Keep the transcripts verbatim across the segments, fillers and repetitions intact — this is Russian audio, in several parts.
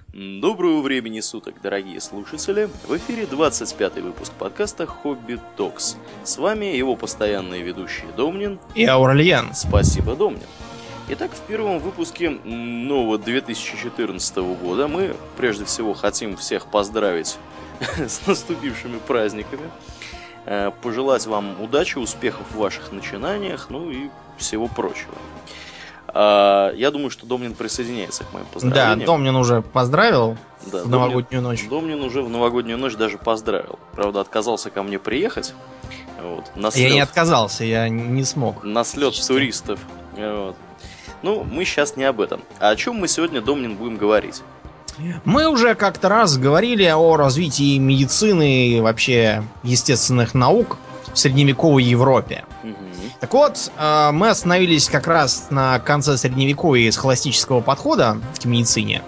Доброго времени суток, дорогие слушатели! В эфире двадцать пятый выпуск подкаста «Хобби Токс». С вами его постоянные ведущие Домнин и Аурельян. Спасибо, Домнин. Итак, в первом выпуске нового две тысячи четырнадцатого года мы прежде всего хотим всех поздравить с наступившими праздниками, пожелать вам удачи, успехов в ваших начинаниях, ну и всего прочего. Я думаю, что Домнин присоединяется к моим поздравлениям. Да, Домнин уже поздравил да, в новогоднюю ночь. Домнин уже в новогоднюю ночь даже поздравил. Правда, отказался ко мне приехать. Вот, на слет, я не отказался, я не смог. На слет туристов. Вот. Ну, мы сейчас не об этом. А о чем мы сегодня, Домнин, будем говорить? Мы уже как-то раз говорили о развитии медицины и вообще естественных наук в средневековой Европе. Угу. Так вот, мы остановились как раз на конце средневековья схоластического подхода к медицине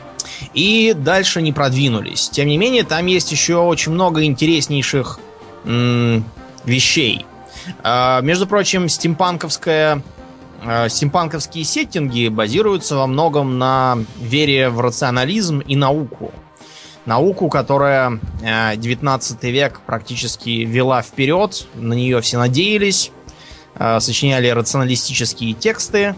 и дальше не продвинулись. Тем не менее, там есть еще очень много интереснейших м- вещей. Между прочим, стимпанковская, стимпанковские сеттинги базируются во многом на вере в рационализм и науку. Науку, которая девятнадцатый век практически вела вперед, на нее все надеялись. Сочиняли рационалистические тексты,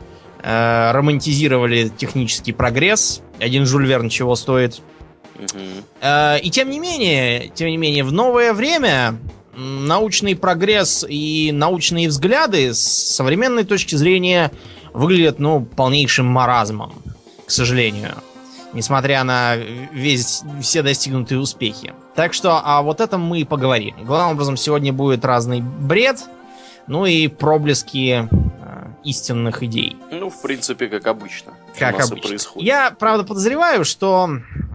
романтизировали технический прогресс. Один Жюль Верн чего стоит. Uh-huh. И тем не менее, тем не менее, в новое время научный прогресс и научные взгляды с современной точки зрения выглядят, ну, полнейшим маразмом, к сожалению. Несмотря на весь, все достигнутые успехи. Так что о вот этом мы и поговорим. Главным образом, сегодня будет разный бред. Ну и проблески э, истинных идей. Ну, в принципе, как обычно. Как обычно. Происходит. Я, правда, подозреваю, что э,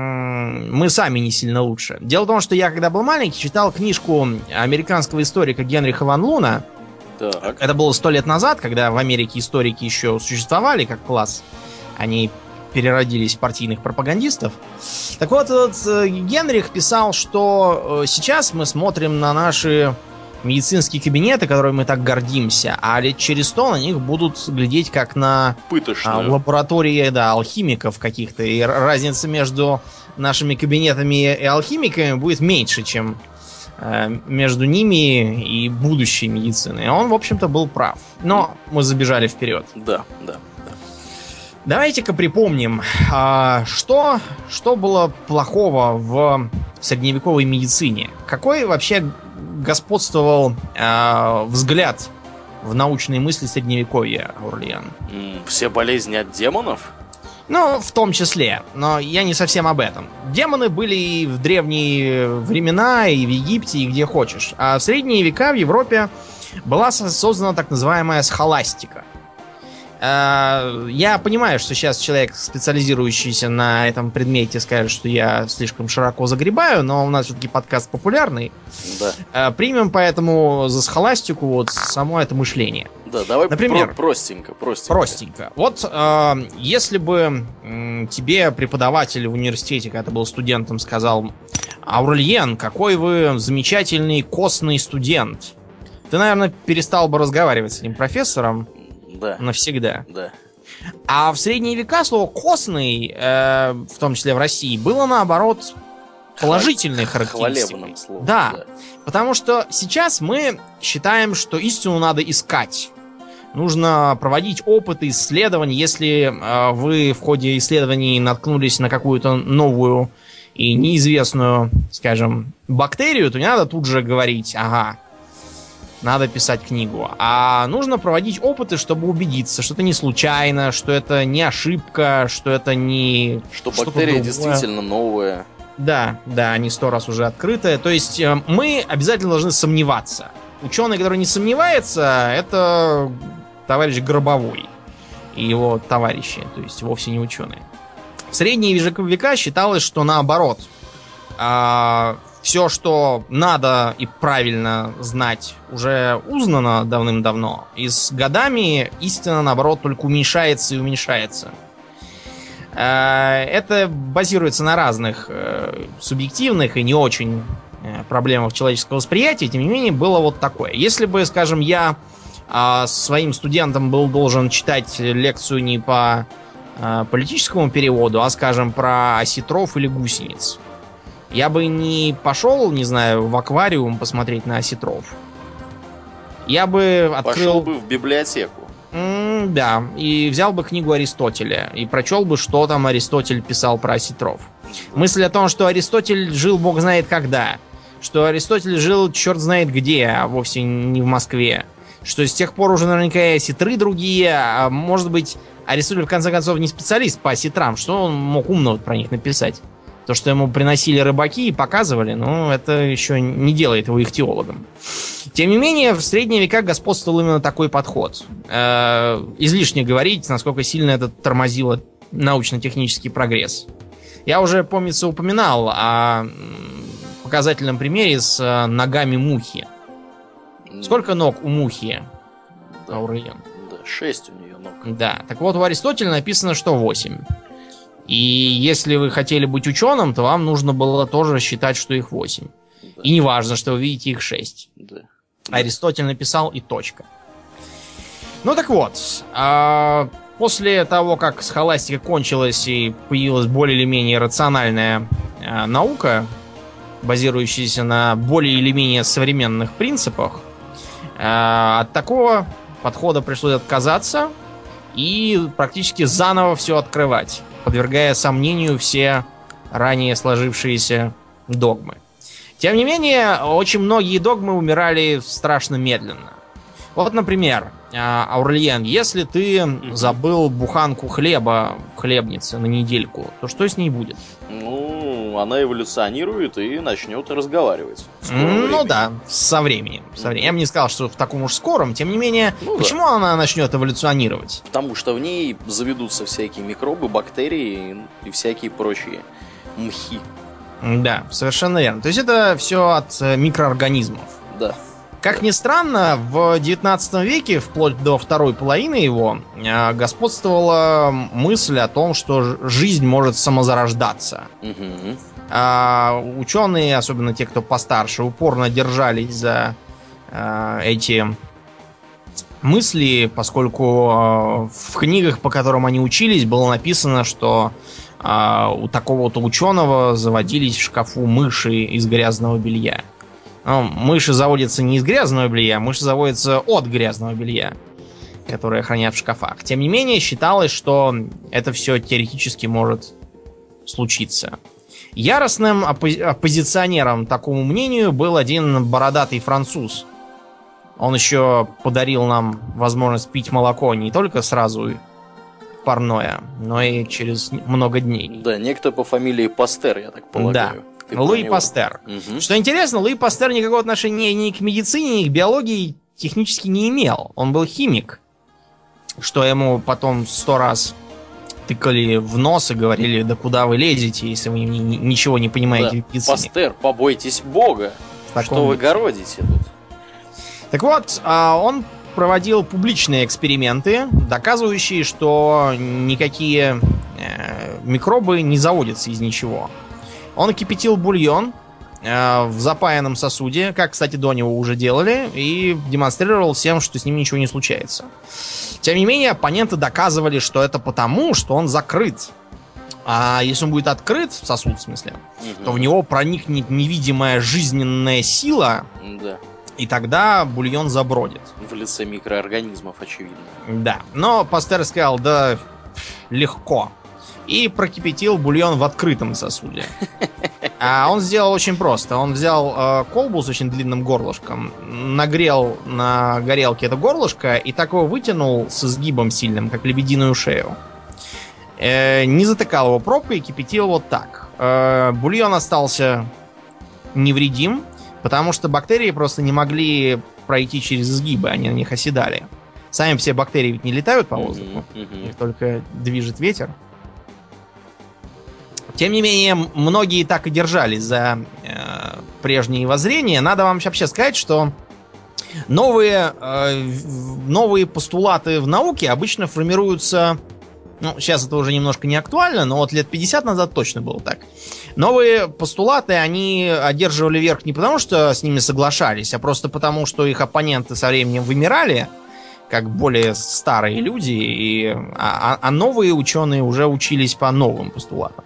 мы сами не сильно лучше. Дело в том, что я, когда был маленький, читал книжку американского историка Генриха ван Луна. Так. Это было сто лет назад, когда в Америке историки еще существовали как класс. Они переродились в партийных пропагандистов. Так вот, вот Генрих писал, что сейчас мы смотрим на наши медицинские кабинеты, которыми мы так гордимся, а лет через сто на них будут глядеть как на а, лаборатории, да, алхимиков каких-то. И разница между нашими кабинетами и алхимиками будет меньше, чем э, между ними и будущей медицины. И он, в общем-то, был прав. Но мы забежали вперед. Да, да. Давайте-ка припомним, а, что, что было плохого в средневековой медицине. Какой вообще господствовал а, взгляд в научные мысли средневековья, Аурлиан? Все болезни от демонов? Ну, в том числе, но я не совсем об этом. Демоны были и в древние времена, и в Египте, и где хочешь. А в средние века в Европе была создана так называемая схоластика. Я понимаю, что сейчас человек, специализирующийся на этом предмете, скажет, что я слишком широко загребаю, но у нас все-таки подкаст популярный. Да. Примем поэтому за схоластику вот само это мышление. Да, давай. Например, про- простенько, простенько. Простенько. Вот э, если бы э, тебе преподаватель в университете, когда ты был студентом, сказал: Аурельян, какой вы замечательный костный студент, ты, наверное, перестал бы разговаривать с этим профессором. Да. Навсегда. Да. А в средние века слово «костный», э, в том числе в России, было, наоборот, положительной характеристикой. Хвалебным словом. Да. Да. Потому что сейчас мы считаем, что истину надо искать. Нужно проводить опыты, исследования. Если э, вы в ходе исследований наткнулись на какую-то новую и неизвестную, скажем, бактерию, то не надо тут же говорить: ага, надо писать книгу. А нужно проводить опыты, чтобы убедиться, что это не случайно, что это не ошибка, что это не... Что бактерия действительно новая. Да, да, не сто раз уже открытая. То есть э, мы обязательно должны сомневаться. Ученый, который не сомневается, это товарищ Гробовой и его товарищи, то есть вовсе не ученые. В средние века считалось, что наоборот, э, все, что надо и правильно знать, уже узнано давным-давно. И с годами истина, наоборот, только уменьшается и уменьшается. Это базируется на разных субъективных и не очень проблемах человеческого восприятия. Тем не менее, было вот такое. Если бы, скажем, я своим студентам был должен читать лекцию не по э, политическому переводу, а, скажем, про осетров или гусениц, я бы не пошел, не знаю, в аквариум посмотреть на осетров. Я бы открыл... Пошел бы в библиотеку. М, да, и взял бы книгу Аристотеля и прочел бы, что там Аристотель писал про осетров. Мысль о том, что Аристотель жил бог знает когда, что Аристотель жил черт знает где, а вовсе не в Москве, что с тех пор уже наверняка и осетры другие, а может быть, Аристотель в конце концов не специалист по осетрам, что он мог умного про них написать? То, что ему приносили рыбаки и показывали, ну, это еще не делает его ихтиологом. Тем не менее, в средние века господствовал именно такой подход. Э, излишне говорить, насколько сильно это тормозило научно-технический прогресс. Я уже, помнится, упоминал о показательном примере с ногами мухи. Сколько ног у мухи, Да. Аурельян? Да, шесть у нее ног. Да, так вот у Аристотеля написано, что восемь. И если вы хотели быть ученым, то вам нужно было тоже считать, что их восемь. Да. И не важно, что вы видите их шесть. Да. Аристотель написал и точка. Ну так вот, а после того, как схоластика кончилась и появилась более или менее рациональная а, наука, базирующаяся на более или менее современных принципах, а, от такого подхода пришлось отказаться и практически заново все открывать, подвергая сомнению все ранее сложившиеся догмы. Тем не менее, очень многие догмы умирали страшно медленно. Вот, например, Аурельен, если ты забыл буханку хлеба в хлебнице на недельку, то что с ней будет? Ну, она эволюционирует и начнет разговаривать. Ну да, со временем. Со временем. Я бы не сказал, что в таком уж скором. Тем не менее, ну, почему да. она начнет эволюционировать? Потому что в ней заведутся всякие микробы, бактерии и всякие прочие мхи. Да, совершенно верно. То есть это все от микроорганизмов. Да. Как ни странно, в девятнадцатом веке, вплоть до второй половины его, господствовала мысль о том, что жизнь может самозарождаться. Угу. А ученые, особенно те, кто постарше, упорно держались за а, эти мысли, поскольку а, в книгах, по которым они учились, было написано, что а, у такого-то ученого заводились в шкафу мыши из грязного белья. Ну, мыши заводятся не из грязного белья, мыши заводятся от грязного белья, которое хранят в шкафах. Тем не менее, считалось, что это все теоретически может случиться. Яростным оппози- оппозиционером такому мнению был один бородатый француз. Он еще подарил нам возможность пить молоко не только сразу парное, но и через много дней. Да, некто по фамилии Пастер, я так полагаю. Да. Ты Луи Пастер. Угу. Что интересно, Луи Пастер никакого отношения ни к медицине, ни к биологии технически не имел. Он был химик, что ему потом сто раз тыкали в нос и говорили, да куда вы лезете, если вы ни- ни- ничего не понимаете да. в медицине. Пастер, побойтесь Бога, таком... что вы городите тут. Так вот, он проводил публичные эксперименты, доказывающие, что никакие микробы не заводятся из ничего. Он кипятил бульон э, в запаянном сосуде, как, кстати, до него уже делали, и демонстрировал всем, что с ним ничего не случается. Тем не менее, оппоненты доказывали, что это потому, что он закрыт. А если он будет открыт, сосуд в смысле, угу. то в него проникнет невидимая жизненная сила, да. и тогда бульон забродит. В лице микроорганизмов, очевидно. Да, но Пастер сказал, да, легко. И прокипятил бульон в открытом сосуде. А он сделал очень просто. Он взял э, колбу с очень длинным горлышком, нагрел на горелке это горлышко и так его вытянул с изгибом сильным, как лебединую шею. Э, не затыкал его пробкой и кипятил вот так. Э, бульон остался невредим, потому что бактерии просто не могли пройти через изгибы, они на них оседали. Сами все бактерии ведь не летают по воздуху, mm-hmm, mm-hmm. их только движет ветер. Тем не менее, многие так и держались за э, прежние воззрения. Надо вам вообще сказать, что новые, э, новые постулаты в науке обычно формируются... Ну, сейчас это уже немножко не актуально, но вот лет пятьдесят назад точно было так. Новые постулаты, они одерживали верх не потому, что с ними соглашались, а просто потому, что их оппоненты со временем вымирали, как более старые люди, и, а, а новые ученые уже учились по новым постулатам.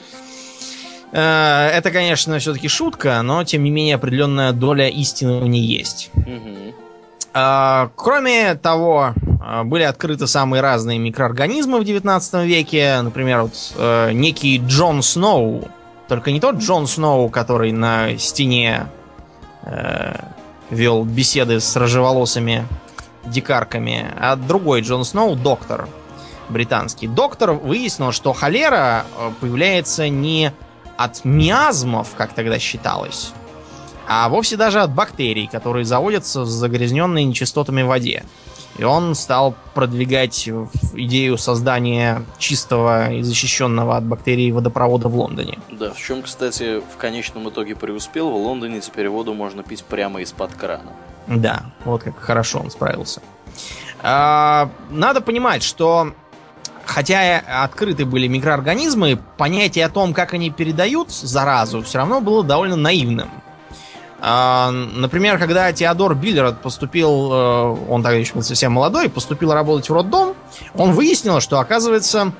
Это, конечно, все-таки шутка, но, тем не менее, определенная доля истины в ней есть. Mm-hmm. Кроме того, были открыты самые разные микроорганизмы в девятнадцатом веке. Например, вот некий Джон Сноу. Только не тот Джон Сноу, который на стене э, вел беседы с рыжеволосыми дикарками, а другой Джон Сноу, доктор британский. Доктор выяснил, что холера появляется не от миазмов, как тогда считалось, а вовсе даже от бактерий, которые заводятся в загрязненной нечистотами воде. И он стал продвигать идею создания чистого и защищенного от бактерий водопровода в Лондоне. Да, в чем, кстати, в конечном итоге преуспел. В Лондоне теперь воду можно пить прямо из-под крана. Да, вот как хорошо он справился. А, надо понимать, что хотя открыты были микроорганизмы, понятие о том, как они передают заразу, все равно было довольно наивным. Например, когда Теодор Биллерд поступил, он тогда еще был совсем молодой, поступил работать в роддом, он выяснил, что, оказывается,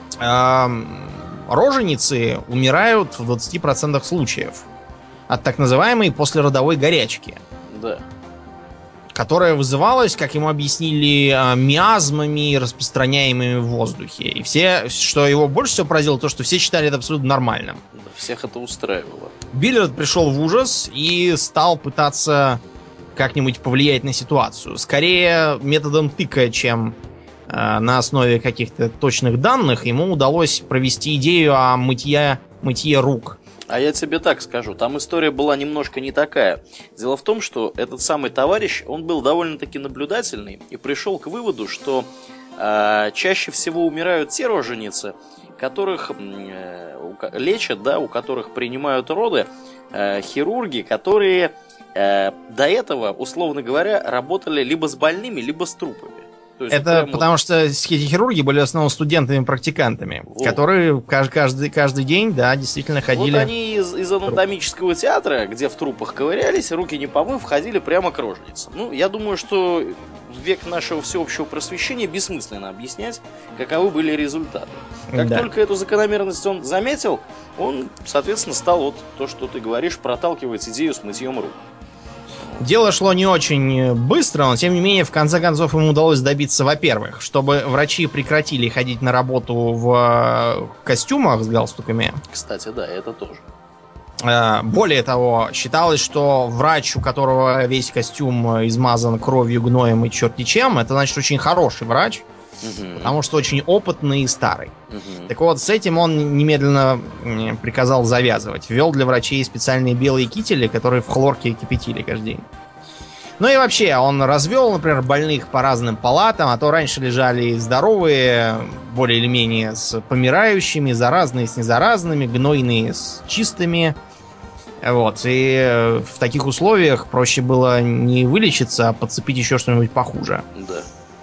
роженицы умирают в двадцати процентах случаев от так называемой послеродовой горячки. Да. Которая вызывалась, как ему объяснили, миазмами, распространяемыми в воздухе. И все, что его больше всего поразило, то, что все считали это абсолютно нормальным. Да, всех это устраивало. Биллерд пришел в ужас и стал пытаться как-нибудь повлиять на ситуацию. Скорее методом тыка, чем э, на основе каких-то точных данных, ему удалось провести идею о мытье, мытье рук. А я тебе так скажу, там история была немножко не такая. Дело в том, что этот самый товарищ, он был довольно-таки наблюдательный и пришел к выводу, что э, чаще всего умирают те роженицы, которых э, у, лечат, да, у которых принимают роды э, хирурги, которые э, до этого, условно говоря, работали либо с больными, либо с трупами. Это потому вот... что эти хирурги были в основном студентами-практикантами, вот. Которые каждый, каждый, каждый день, да, действительно ходили... Вот они из, из анатомического театра, где в трупах ковырялись, руки не помыв, ходили прямо к роженицам. Ну, я думаю, что в век нашего всеобщего просвещения бессмысленно объяснять, каковы были результаты. Как да. только эту закономерность он заметил, он, соответственно, стал вот то, что ты говоришь, проталкивать идею с мытьем рук. Дело шло не очень быстро, но тем не менее, в конце концов, ему удалось добиться, во-первых, чтобы врачи прекратили ходить на работу в костюмах с галстуками. Кстати, да, это тоже. Более того, считалось, что врач, у которого весь костюм измазан кровью, гноем и черти чем, это значит очень хороший врач. Угу. Потому что очень опытный и старый. Угу. Так вот, с этим он немедленно приказал завязывать. Ввел для врачей специальные белые кители, которые в хлорке кипятили каждый день. Ну и вообще, он развел, например, больных по разным палатам, а то раньше лежали здоровые, более или менее с помирающими, заразные с незаразными, гнойные с чистыми. Вот. И в таких условиях проще было не вылечиться, а подцепить еще что-нибудь похуже. Да.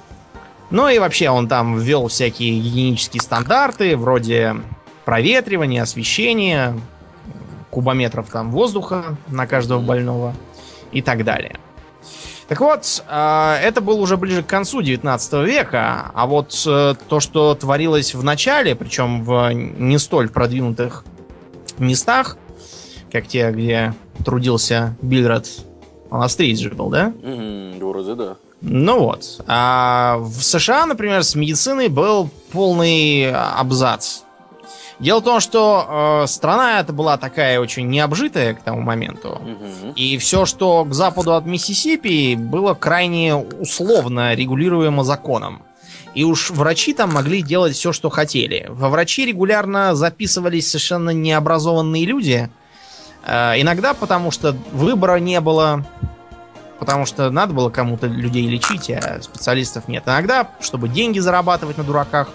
Ну и вообще он там ввел всякие гигиенические стандарты, вроде проветривания, освещения, кубометров там воздуха на каждого больного и так далее. Так вот, это было уже ближе к концу девятнадцатого века, а вот то, что творилось в начале, причем в не столь продвинутых местах, как те, где трудился Биллерд, он австриец же был, да? Mm-hmm, вроде да. Ну вот. А в США, например, с медициной был полный абзац. Дело в том, что э, страна эта была такая очень необжитая к тому моменту. Угу. И все, что к западу от Миссисипи, было крайне условно регулируемо законом. И уж врачи там могли делать все, что хотели. Во врачи регулярно записывались совершенно необразованные люди. Э, иногда потому, что выбора не было... Потому что надо было кому-то людей лечить, а специалистов нет. Иногда, чтобы деньги зарабатывать на дураках.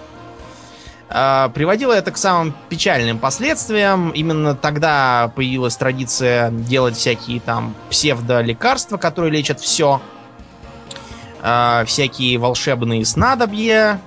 Приводило это к самым печальным последствиям. Именно тогда появилась традиция делать всякие там псевдолекарства, которые лечат все. Всякие волшебные снадобья,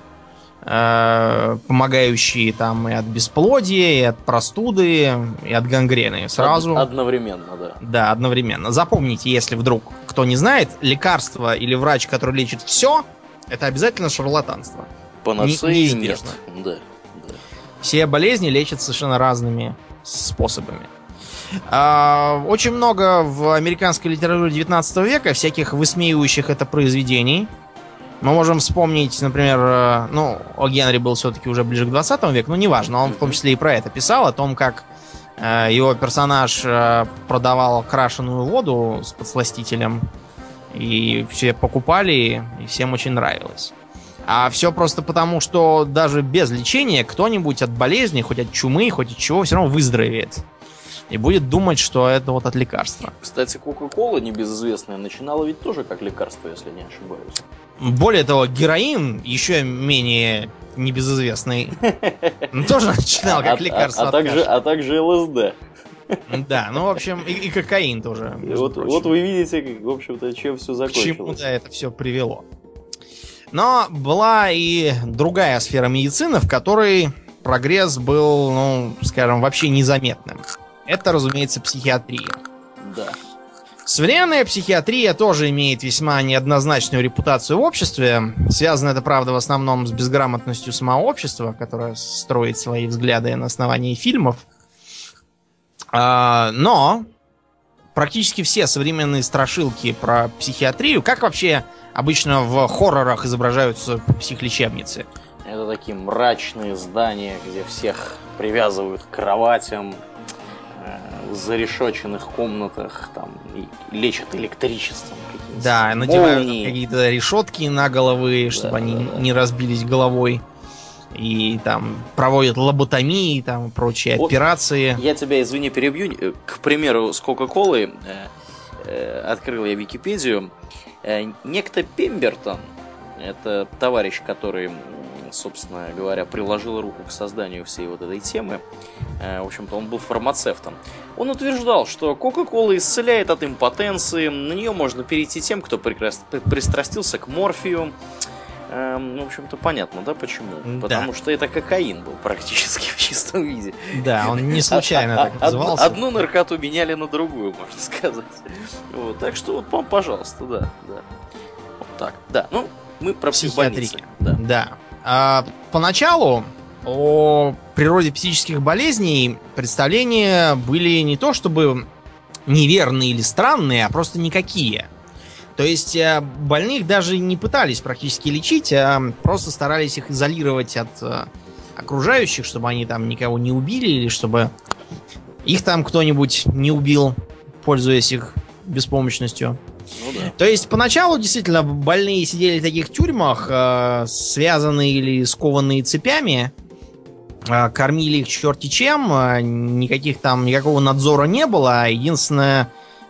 помогающие там и от бесплодия, и от простуды, и от гангрены. Сразу. Одновременно, да. Да, одновременно. Запомните, если вдруг кто не знает, лекарство или врач, который лечит все, это обязательно шарлатанство. Панацеи нет. Да, да. Все болезни лечат совершенно разными способами. А, очень много в американской литературе девятнадцатого века всяких высмеивающих это произведений. Мы можем вспомнить, например, ну, О. Генри был все-таки уже ближе к двадцатому веку, но неважно, он в том числе и про это писал, о том, как э, его персонаж э, продавал крашеную воду с подсластителем, и все покупали, и всем очень нравилось. А все просто потому, что даже без лечения кто-нибудь от болезни, хоть от чумы, хоть от чего, все равно выздоровеет. И будет думать, что это вот от лекарства. Кстати, Кока-Кола небезызвестная начинала ведь тоже как лекарство, если не ошибаюсь. Более того, героин, еще менее небезызвестный, тоже начинал как лекарство. А также ЛСД. Да, ну, в общем, и кокаин тоже. Вот вы видите, в общем-то, чем все закончилось. К чему-то это все привело. Но была и другая сфера медицины, в которой прогресс был, ну, скажем, вообще незаметным. Это, разумеется, психиатрия. Да. Современная психиатрия тоже имеет весьма неоднозначную репутацию в обществе. Связано это, правда, в основном с безграмотностью самого общества, которое строит свои взгляды на основании фильмов. А, но практически все современные страшилки про психиатрию, как вообще обычно в хоррорах изображаются психлечебницы? Это такие мрачные здания, где всех привязывают к кроватям, в зарешоченных комнатах, там, и лечат электричеством. Да, надевают какие-то решетки на головы, чтобы да, они да, да. не разбились головой. И там проводят лоботомии, там, прочие вот операции. Я тебя, извини, перебью. К примеру, с Кока-Колой э, э, открыл я Википедию. Э, некто Пембертон, это товарищ, который, собственно говоря, приложил руку к созданию всей вот этой темы. В общем-то, он был фармацевтом. Он утверждал, что Кока-Кола исцеляет от импотенции, на нее можно перейти тем, кто пристрастился к морфию. В общем-то, понятно, да, почему? Да. Потому что это кокаин был практически в чистом виде. Да, он не случайно так назывался. Одну наркоту меняли на другую, можно сказать. Вот, так что, вот, пожалуйста, да, да. Вот так. Да, ну, мы про психбольницы. Да. да. А, поначалу о природе психических болезней представления были не то чтобы неверные или странные, а просто никакие. То есть больных даже не пытались практически лечить, а просто старались их изолировать от окружающих, чтобы они там никого не убили, или чтобы их там кто-нибудь не убил, пользуясь их беспомощностью. Ну, да. То есть поначалу действительно больные сидели в таких тюрьмах, э, связанные или скованные цепями, э, кормили их черти чем, э, никаких там никакого надзора не было. Единственное,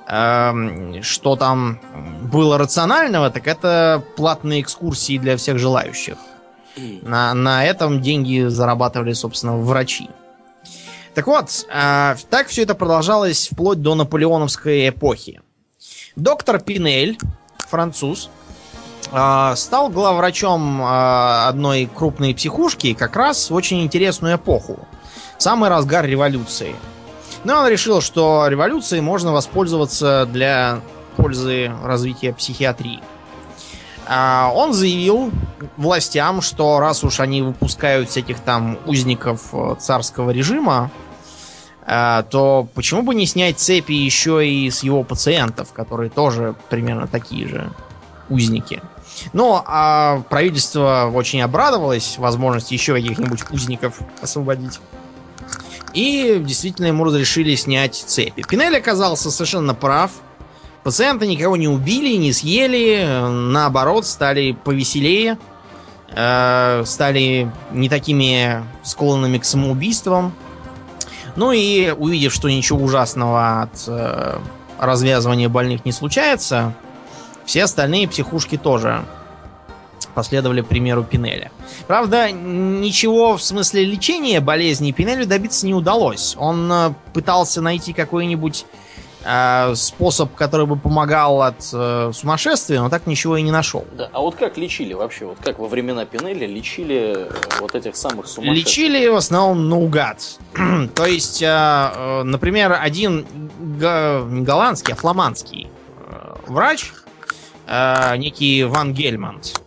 э, что там было рационального, так это платные экскурсии для всех желающих. На, на этом деньги зарабатывали, собственно, врачи. Так вот, э, так все это продолжалось вплоть до наполеоновской эпохи. Доктор Пинель, француз, стал главврачом одной крупной психушки как раз в очень интересную эпоху. В самый разгар революции. Но он решил, что революцией можно воспользоваться для пользы развития психиатрии. Он заявил властям, что раз уж они выпускают всяких там узников царского режима, то почему бы не снять цепи еще и с его пациентов, которые тоже примерно такие же узники. Ну, а правительство очень обрадовалось возможности еще каких-нибудь узников освободить. И действительно ему разрешили снять цепи. Пинель оказался совершенно прав. Пациенты никого не убили, не съели, наоборот, стали повеселее, стали не такими склонными к самоубийствам. Ну и увидев, что ничего ужасного от э, развязывания больных не случается, все остальные психушки тоже последовали примеру Пинеля. Правда, ничего в смысле лечения болезни Пинелю добиться не удалось. Он э, пытался найти какой-нибудь э, способ, который бы помогал от э, сумасшествия, но так ничего и не нашел. Да, а вот как лечили вообще? Вот как во времена Пинеля лечили вот этих самых сумасшедших? Лечили в основном наугад. То есть, э, например, один го- не голландский, а фламандский э, врач, э, некий Ван Гельмонт,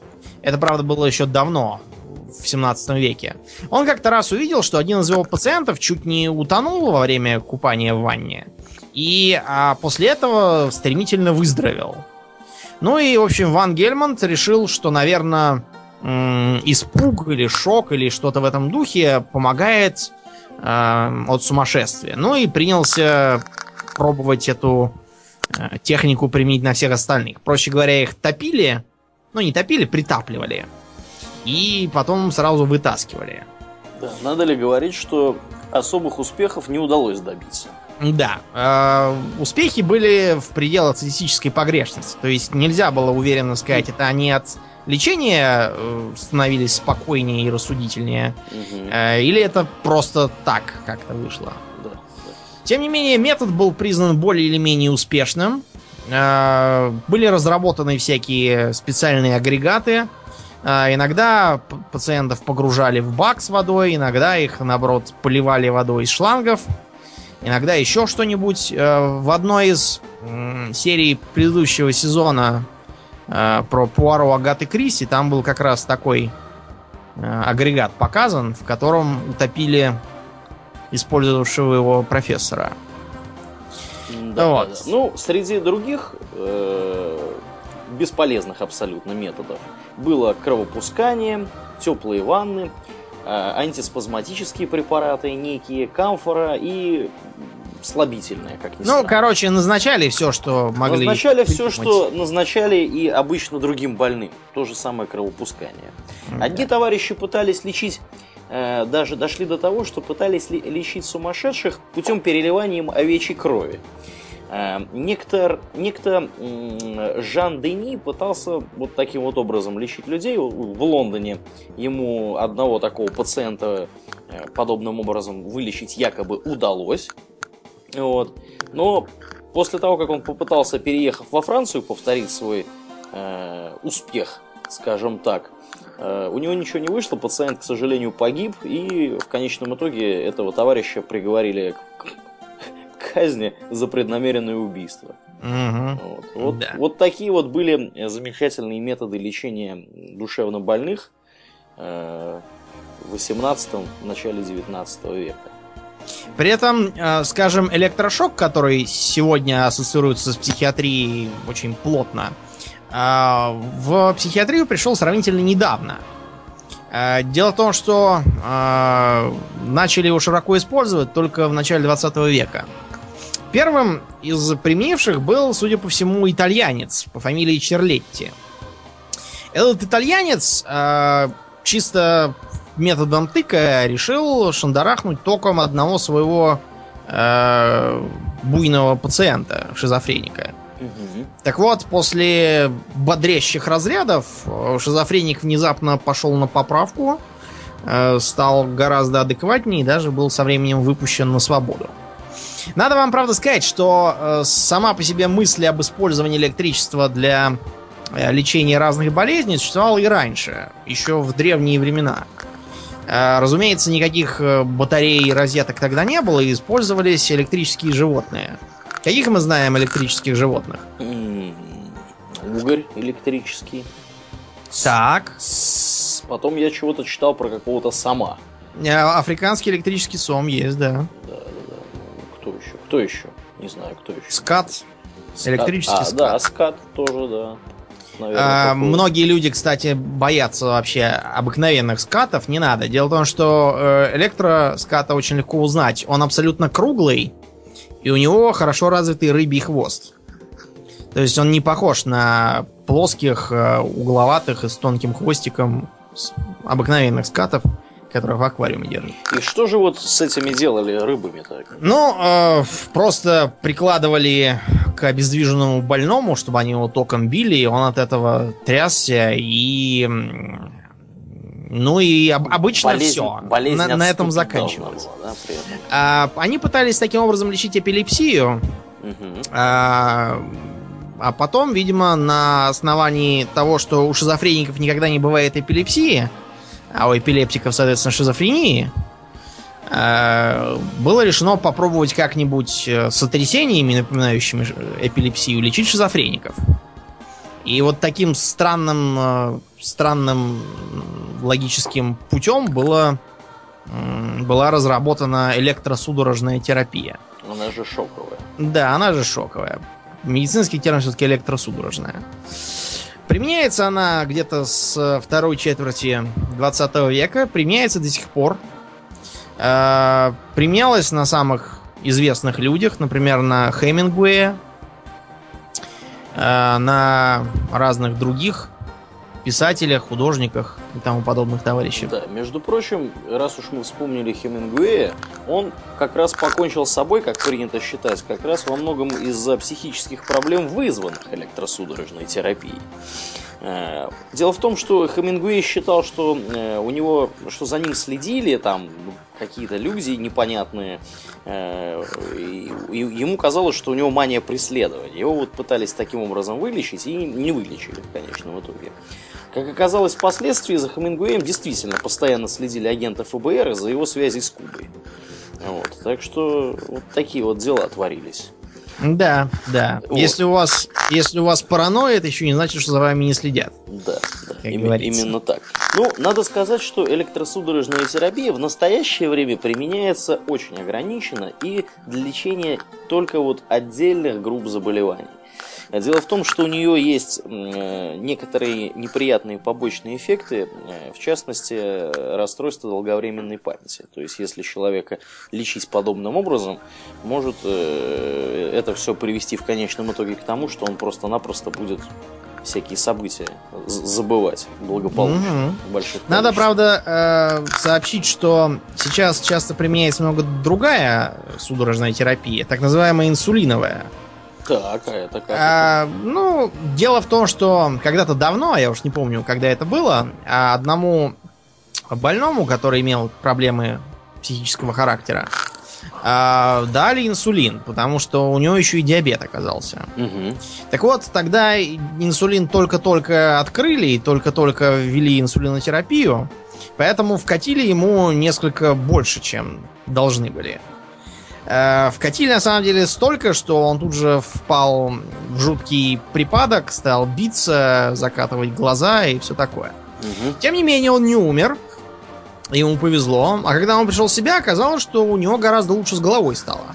Это, правда, было еще давно, в семнадцатом веке. Он как-то раз увидел, что один из его пациентов чуть не утонул во время купания в ванне. И а после этого стремительно выздоровел. Ну и, в общем, Ван Гельмонт решил, что, наверное, м- испуг или шок или что-то в этом духе помогает э- от сумасшествия. Ну и принялся пробовать эту э- технику применить на всех остальных. Проще говоря, их топили, ну не топили, притапливали. И потом сразу вытаскивали. Да, надо ли говорить, что особых успехов не удалось добиться? Да. Э, успехи были в пределах статистической погрешности. То есть нельзя было уверенно сказать, это они от лечения э, становились спокойнее и рассудительнее, угу. э, или это просто так как-то вышло. Да, да. Тем не менее, метод был признан более или менее успешным. Э, были разработаны всякие специальные агрегаты. Э, иногда пациентов погружали в бак с водой, иногда их, наоборот, поливали водой из шлангов. Иногда еще что-нибудь. В одной из серий предыдущего сезона про Пуаро Агаты Кристи там был как раз такой агрегат показан, в котором утопили использовавшего его профессора. Да, вот. Да. Ну, среди других э, бесполезных абсолютно методов было кровопускание, теплые ванны, антиспазматические препараты, некие, камфора и слабительные, как ни странно. Ну, короче, назначали все, что могли. Назначали все, что назначали и обычно другим больным. То же самое кровопускание. Mm-hmm. Одни товарищи пытались лечить, э, даже дошли до того, что пытались лечить сумасшедших путем переливания им овечьей крови. Некто, некто Жан Дени пытался вот таким вот образом лечить людей в Лондоне. Ему одного такого пациента подобным образом вылечить якобы удалось. Вот. Но после того, как он попытался, переехав во Францию, повторить свой э, успех, скажем так, э, у него ничего не вышло, пациент, к сожалению, погиб, и в конечном итоге этого товарища приговорили к казни за преднамеренное убийство. Угу. Вот, вот, да. вот такие вот были замечательные методы лечения душевнобольных э, в восемнадцатом, начале девятнадцатого века. При этом, э, скажем, электрошок, который сегодня ассоциируется с психиатрией очень плотно, э, в психиатрию пришел сравнительно недавно. Э, дело в том, что э, начали его широко использовать только в начале двадцатого века. Первым из применивших был, судя по всему, итальянец по фамилии Черлетти. Этот итальянец э, чисто методом тыка решил шандарахнуть током одного своего э, буйного пациента, шизофреника. Угу. Так вот, после бодрящих разрядов шизофреник внезапно пошел на поправку, э, стал гораздо адекватнее и даже был со временем выпущен на свободу. Надо вам, правда, сказать, что э, сама по себе мысль об использовании электричества для э, лечения разных болезней существовала и раньше, еще в древние времена. Э, разумеется, никаких батарей и розеток тогда не было, и использовались электрические животные. Каких мы знаем электрических животных? Угорь электрический. Так. С... Потом я чего-то читал про какого-то сома. Африканский электрический сом есть, да. Да. Кто еще? Кто еще? Не знаю, кто еще. Скат. Скат. Электрический а, скат. Да, скат тоже, да. Наверное, а, многие люди, кстати, боятся вообще обыкновенных скатов. Не надо. Дело в том, что электроската очень легко узнать. Он абсолютно круглый, и у него хорошо развитый рыбий хвост. То есть он не похож на плоских, угловатых и с тонким хвостиком обыкновенных скатов, которые в аквариуме держат. И что же вот с этими делали рыбами так? Ну, э, просто прикладывали к обездвиженному больному, чтобы они его током били, и он от этого трясся, и... Ну и об, обычно болезнь, все. Болезнь на, на этом заканчивалось. Была, да, а, они пытались таким образом лечить эпилепсию, угу. а, а потом, видимо, на основании того, что у шизофреников никогда не бывает эпилепсии, а у эпилептиков, соответственно, шизофрении, было решено попробовать как-нибудь сотрясениями, напоминающими эпилепсию, лечить шизофреников. И вот таким странным, странным логическим путем было, была разработана электросудорожная терапия. Она же шоковая. Да, она же шоковая. Медицинский термин все-таки электросудорожная. Применяется она где-то с второй четверти двадцатого века. Применяется до сих пор. Применялась на самых известных людях. Например, на Хемингуэе. На разных других писателях, художниках и тому подобных товарищей. Да, между прочим, раз уж мы вспомнили Хемингуэя, он как раз покончил с собой, как принято считать, как раз во многом из-за психических проблем, вызванных электросудорожной терапией. Дело в том, что Хемингуэй считал, что у него, что за ним следили там какие-то люди непонятные, и ему казалось, что у него мания преследования. Его вот пытались таким образом вылечить и не вылечили в конечном итоге. Как оказалось впоследствии, за Хемингуэем действительно постоянно следили агенты эф бэ эр из-за его связей с Кубой. Вот. Так что вот такие вот дела творились. Да, да. Вот. Если у вас, если у вас паранойя, это еще не значит, что за вами не следят. Да, да. Им, именно так. Ну, надо сказать, что электросудорожная терапия в настоящее время применяется очень ограниченно и для лечения только вот отдельных групп заболеваний. Дело в том, что у нее есть некоторые неприятные побочные эффекты, в частности, расстройство долговременной памяти. То есть, если человека лечить подобным образом, может это все привести в конечном итоге к тому, что он просто-напросто будет всякие события забывать благополучно. Угу. Больших Надо, правда, сообщить, что сейчас часто применяется много другая судорожная терапия, так называемая инсулиновая. Так, а это как? А, ну, дело в том, что когда-то давно, я уж не помню, когда это было, одному больному, который имел проблемы психического характера, дали инсулин, потому что у него еще и диабет оказался. Угу. Так вот, тогда инсулин только-только открыли и только-только ввели инсулинотерапию, поэтому вкатили ему несколько больше, чем должны были. Вкатили, на самом деле, столько, что он тут же впал в жуткий припадок, стал биться, закатывать глаза и все такое. Угу. Тем не менее, он не умер. Ему повезло. А когда он пришел в себя, оказалось, что у него гораздо лучше с головой стало.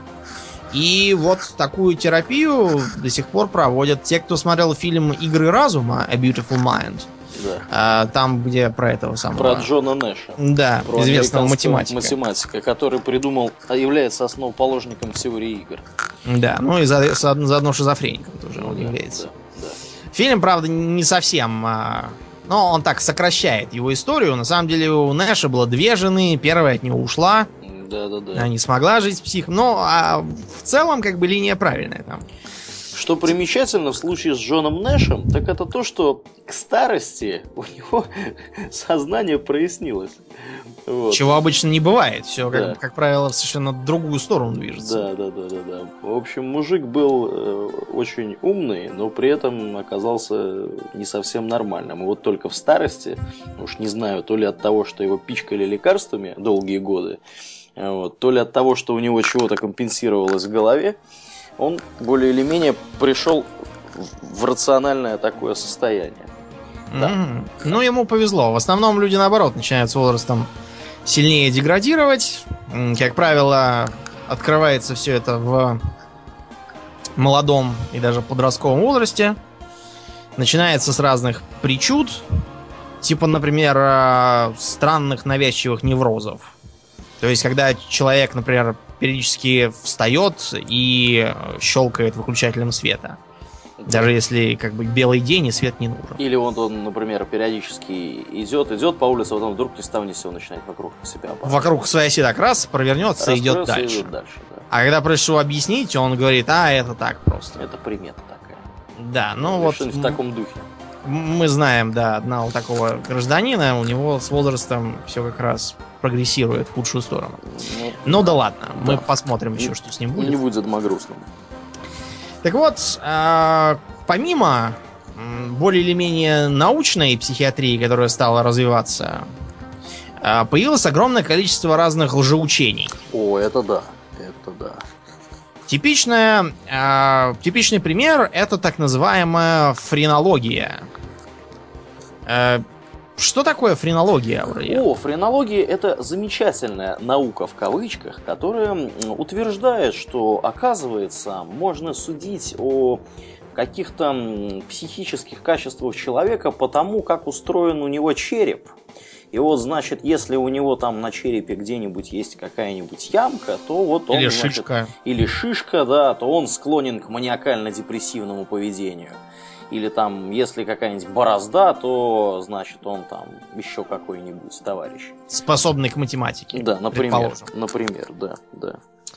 И вот такую терапию до сих пор проводят те, кто смотрел фильм «Игры разума» A Beautiful Mind. Да. А, там, где про этого самого... Про Джона Нэша. Да, про известного математика. математика, который придумал, является основоположником теории игр. Да, ну и за, заодно шизофреником тоже ну, он да, является. Да, да. Фильм, правда, не совсем... А... Но он так сокращает его историю. На самом деле у Нэша было две жены. Первая от него ушла. Да, да, да. Она не смогла жить с психом. Но а в целом, как бы, линия правильная там. Что примечательно в случае с Джоном Нэшем, так это то, что к старости у него сознание прояснилось. Вот. Чего обычно не бывает. Все, да. как, как правило, в совершенно другую сторону движется. Да, да, да, да, да. В общем, мужик был э, очень умный, но при этом оказался не совсем нормальным. И вот только в старости, уж не знаю, то ли от того, что его пичкали лекарствами долгие годы, вот, то ли от того, что у него чего-то компенсировалось в голове, он более или менее пришел в рациональное такое состояние. Да. Mm-hmm. Ну, ему повезло. В основном люди, наоборот, начинают с возрастом сильнее деградировать. Как правило, открывается все это в молодом и даже подростковом возрасте. Начинается с разных причуд. Типа, например, странных навязчивых неврозов. То есть, когда человек, например, периодически встает и щелкает выключателем света. Даже если как бы белый день и свет не нужен. Или он, он например, периодически идет, идет по улице, потом вдруг ни с того ни с сего начинает вокруг себя опасаться. Вокруг своей оси так раз, провернется и идет дальше. идет дальше да. А когда прошу объяснить, он говорит, а, это так просто. Это примета такая. Да, ну вот... в таком духе. Мы знаем, да, одного такого гражданина, у него с возрастом все как раз прогрессирует в худшую сторону. Ну, ну да ладно, да. Мы посмотрим еще, что с ним будет. Не будет грустным. Так вот, э, помимо более или менее научной психиатрии, которая стала развиваться, э, появилось огромное количество разных лжеучений. О, это да, это да. Типичная, э, типичный пример — это так называемая френология. Э, что такое френология, Аурельян? О, френология — это замечательная наука в кавычках, которая утверждает, что, оказывается, можно судить о каких-то психических качествах человека по тому, как устроен у него череп. И вот, значит, если у него там на черепе где-нибудь есть какая-нибудь ямка, то вот он... Или значит, шишка. Или шишка, да, то он склонен к маниакально-депрессивному поведению. Или там, если какая-нибудь борозда, то, значит, он там еще какой-нибудь товарищ. Способный к математике. Да, например, например, да, да.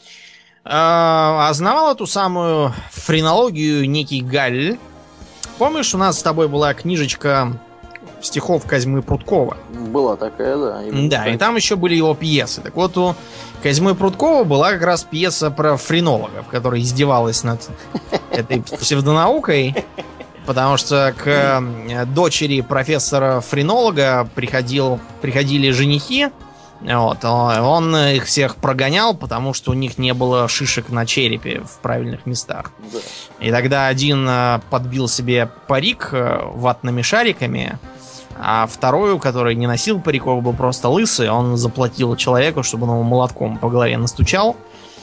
А, основал эту самую френологию некий Галь. Помнишь, у нас с тобой была книжечка стихов Козьмы Прудкова? Была такая, да. Да, и там еще были его пьесы. Так вот, у Козьмы Прудкова была как раз пьеса про френологов, которая издевалась над этой псевдонаукой. Потому что к дочери профессора-френолога приходил, приходили женихи. Вот, он их всех прогонял, потому что у них не было шишек на черепе в правильных местах. Да. И тогда один подбил себе парик ватными шариками, а второй, который не носил париков, был просто лысый. Он заплатил человеку, чтобы он его молотком по голове настучал.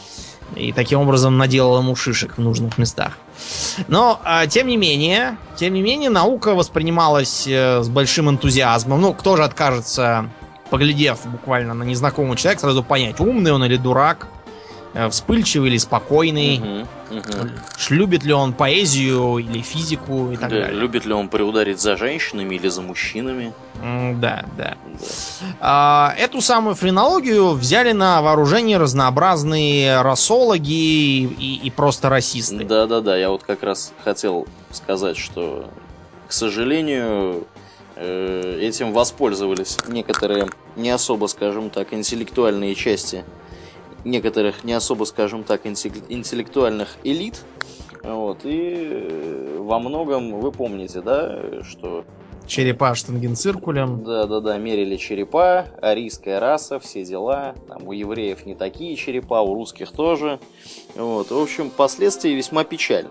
И таким образом наделал ему шишек в нужных местах. Но, а, тем не менее, тем не менее, наука воспринималась э, с большим энтузиазмом. Ну, кто же откажется, поглядев буквально на незнакомого человека, сразу понять, умный он или дурак, э, вспыльчивый или спокойный, угу, угу. любит ли он поэзию или физику и так да, далее. Любит ли он приударить за женщинами или за мужчинами. Mm, да, да. да. А, эту самую френологию взяли на вооружение разнообразные расологи и, и просто расисты. Да-да-да, я вот как раз хотел сказать, что, к сожалению, э, этим воспользовались некоторые не особо, скажем так, интеллектуальные части некоторых не особо, скажем так, интеллектуальных элит. Вот, и во многом вы помните, да, что... Черепа штангенциркулем. Да-да-да, мерили черепа, арийская раса, все дела. Там у евреев не такие черепа, у русских тоже. Вот, в общем, последствия весьма печальны.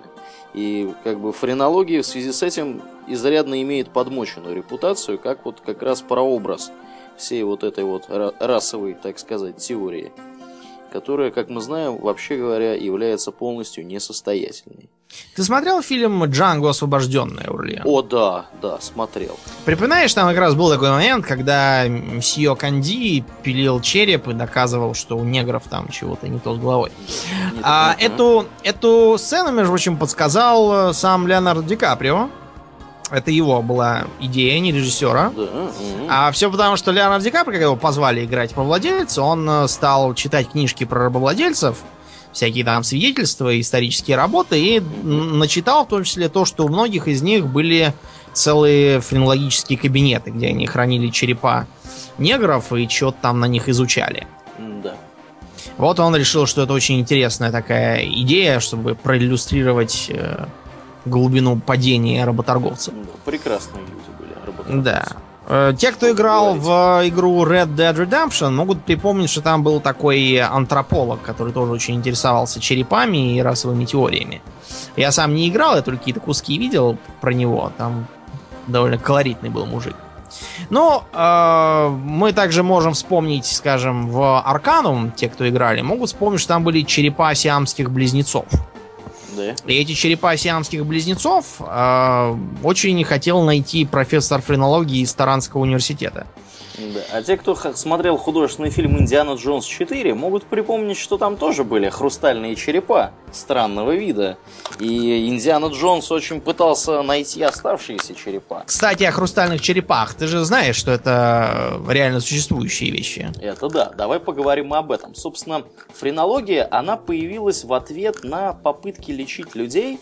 И как бы френология в связи с этим изрядно имеет подмоченную репутацию, как вот как раз прообраз всей вот этой вот расовой, так сказать, теории, которая, как мы знаем, вообще говоря, является полностью несостоятельной. Ты смотрел фильм «Джанго освобожденный», Аурельян? О, да, да, смотрел. Припоминаешь, там как раз был такой момент, когда мсье Канди пилил череп и доказывал, что у негров там чего-то не то с головой. Не а так, эту, эту сцену, между прочим, подсказал сам Леонардо Ди Каприо. Это его была идея, не режиссера. Да, угу. А все потому, что Леонардо Ди Каприо, когда его позвали играть рабовладельца, он стал читать книжки про рабовладельцев, всякие там свидетельства, исторические работы, и начитал в том числе то, что у многих из них были целые френологические кабинеты, где они хранили черепа негров и что-то там на них изучали. Да. Вот он решил, что это очень интересная такая идея, чтобы проиллюстрировать э, глубину падения работорговцев. Да, прекрасные люди были, работорговцы. Да. Те, кто играл в игру Red Dead Redemption, могут припомнить, что там был такой антрополог, который тоже очень интересовался черепами и расовыми теориями. Я сам не играл, я только какие-то куски видел про него. Там довольно колоритный был мужик. Но э, мы также можем вспомнить, скажем, в Арканум, те, кто играли, могут вспомнить, что там были черепа сиамских близнецов. Да. И эти черепа сиамских близнецов э, очень хотел найти профессор френологии из Таранского университета. Да. А те, кто смотрел художественный фильм «Индиана Джонс четыре», могут припомнить, что там тоже были хрустальные черепа странного вида. И Индиана Джонс очень пытался найти оставшиеся черепа. Кстати, о хрустальных черепах. Ты же знаешь, что это реально существующие вещи. Это да. Давай поговорим об этом. Собственно, френология, она появилась в ответ на попытки лечить людей,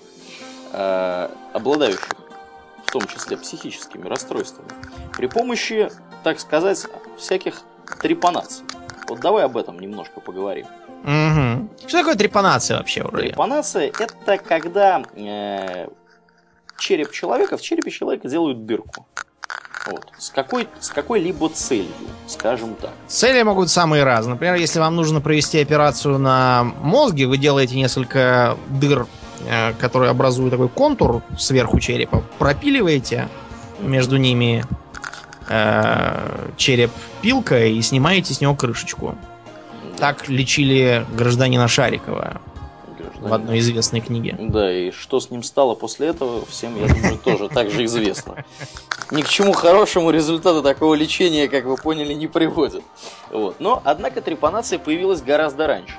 э, обладающих в том числе психическими расстройствами, при помощи, так сказать, всяких трепанаций. Вот давай об этом немножко поговорим. Угу. Что такое трепанация вообще? Вроде? Трепанация — это когда э, череп человека, в черепе человека делают дырку. Вот. С, какой, с какой-либо целью, скажем так. Цели могут быть самые разные. Например, если вам нужно провести операцию на мозге, вы делаете несколько дыр, которые образуют такой контур сверху черепа, пропиливаете между ними э, череп пилкой и снимаете с него крышечку. Так лечили гражданина Шарикова в одной известной книге. Да, и что с ним стало после этого, всем, я думаю, тоже так же известно. Ни к чему хорошему результату такого лечения, как вы поняли, не приводит. Вот. Но, однако, трепанация появилась гораздо раньше.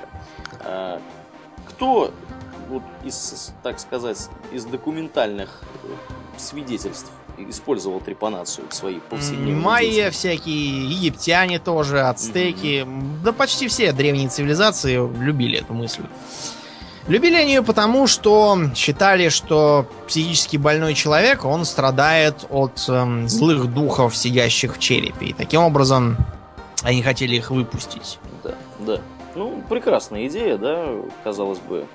Кто, вот, из, так сказать, из документальных свидетельств использовал трепанацию в своей повседневной майя деятельности? всякие, египтяне тоже, ацтеки. Mm-hmm. Да почти все древние цивилизации любили эту мысль. Любили они ее потому, что считали, что психически больной человек, он страдает от эм, злых духов, сидящих в черепе. И таким образом они хотели их выпустить. Да, да. Ну, прекрасная идея, да, казалось бы.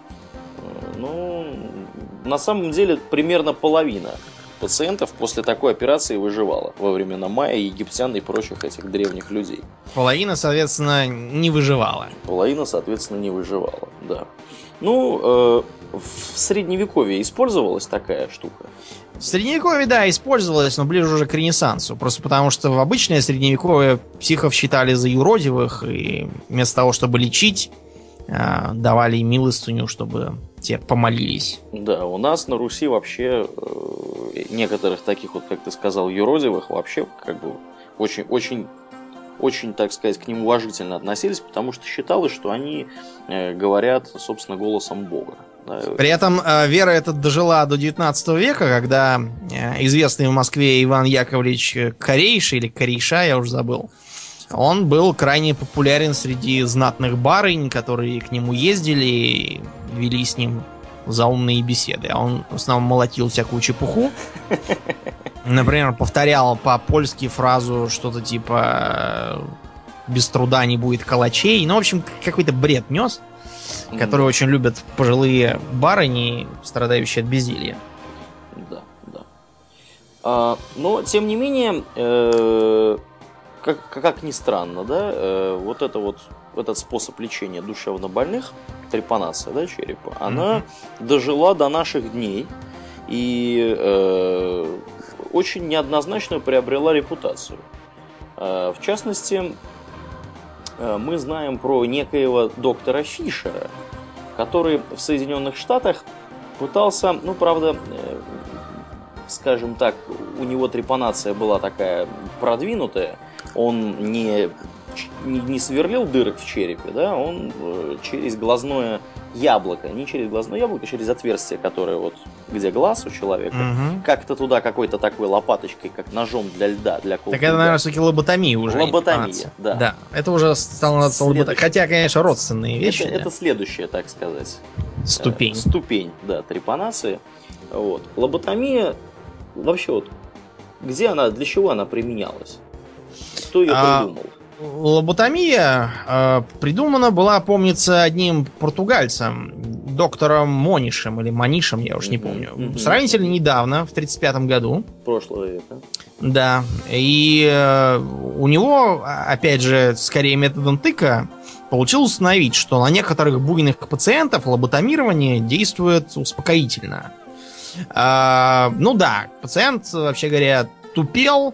Ну, на самом деле, примерно половина пациентов после такой операции выживала во времена майя, египтян и прочих этих древних людей. Половина, соответственно, не выживала. Половина, соответственно, не выживала, да. Ну, э, в средневековье использовалась такая штука? В средневековье, да, использовалась, но ближе уже к Ренессансу. Просто потому, что в обычное средневековье психов считали за юродивых, и вместо того, чтобы лечить, э, давали им милостыню, чтобы те помолились. Да, у нас на Руси вообще э, некоторых таких, вот как ты сказал, юродивых вообще как бы очень, очень, очень, так сказать, к ним уважительно относились, потому что считалось, что они э, говорят, собственно, голосом Бога. Да. При этом э, вера эта дожила до девятнадцатого века, когда э, известный в Москве Иван Яковлевич Корейший, или Корейша, я уже забыл, он был крайне популярен среди знатных барынь, которые к нему ездили и вели с ним заумные беседы. А он в основном молотил всякую чепуху. Например, повторял по-польски фразу что-то типа «без труда не будет калачей». Ну, в общем, какой-то бред нес, который очень любят пожилые барыни, страдающие от безделья. Да, да. А, но, тем не менее... Э- Как, как ни странно, да, э, вот это вот этот способ лечения душевнобольных, трепанация, да, черепа, она mm-hmm. дожила до наших дней и э, очень неоднозначно приобрела репутацию. Э, в частности, э, мы знаем про некоего доктора Фишера, который в Соединенных Штатах пытался, ну, правда, э, скажем так, у него трепанация была такая продвинутая. Он не, не, не сверлил дырок в черепе, да, он э, через глазное яблоко, не через глазное яблоко, через отверстие, которое вот, где глаз у человека, угу. как-то туда какой-то такой лопаточкой, как ножом для льда, для колки. Так это, наверное, все-таки лоботомия уже. Лоботомия, да. Да, это уже стало называться лоботомия. Хотя, конечно, родственные вещи. Это, да? это следующая, так сказать, ступень. Э, ступень, да, трепанации. Вот. Лоботомия, вообще вот, где она, для чего она применялась? Кто ее а, придумал? Лоботомия э, придумана была, помнится, одним португальцем, доктором Монишем или Манишем, я уж не помню. Mm-hmm. Сравнительно недавно, в тридцать пятом году. Прошлого века. Да. И э, у него, опять же, скорее методом тыка, получилось установить, что на некоторых буйных пациентов лоботомирование действует успокоительно. Э, ну да, пациент, вообще говоря, тупел,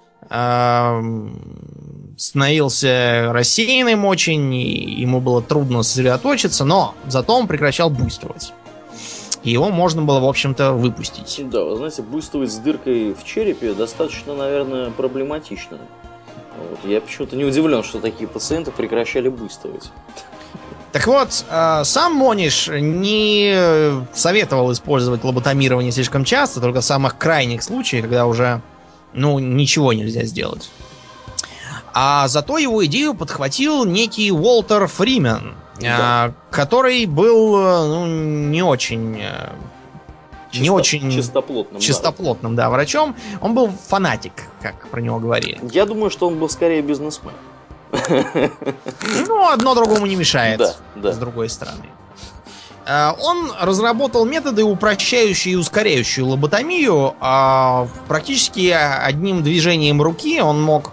становился рассеянным очень, и ему было трудно сосредоточиться, но зато он прекращал буйствовать. И его можно было, в общем-то, выпустить. Да, вы знаете, буйствовать с дыркой в черепе достаточно, наверное, проблематично. Вот. Я почему-то не удивлен, что такие пациенты прекращали буйствовать. Так вот, сам Мониш не советовал использовать лоботомирование слишком часто, только в самых крайних случаях, когда уже ну, ничего нельзя сделать. А зато его идею подхватил некий Уолтер Фримен, да. который был ну, не очень... Чисто, не очень чистоплотным, чистоплотным да. Да, врачом. Он был фанатик, как про него говорили. Я думаю, что он был скорее бизнесмен. Ну, одно другому не мешает, да, да. с другой стороны. Он разработал методы, упрощающие и ускоряющие лоботомию. Практически одним движением руки он мог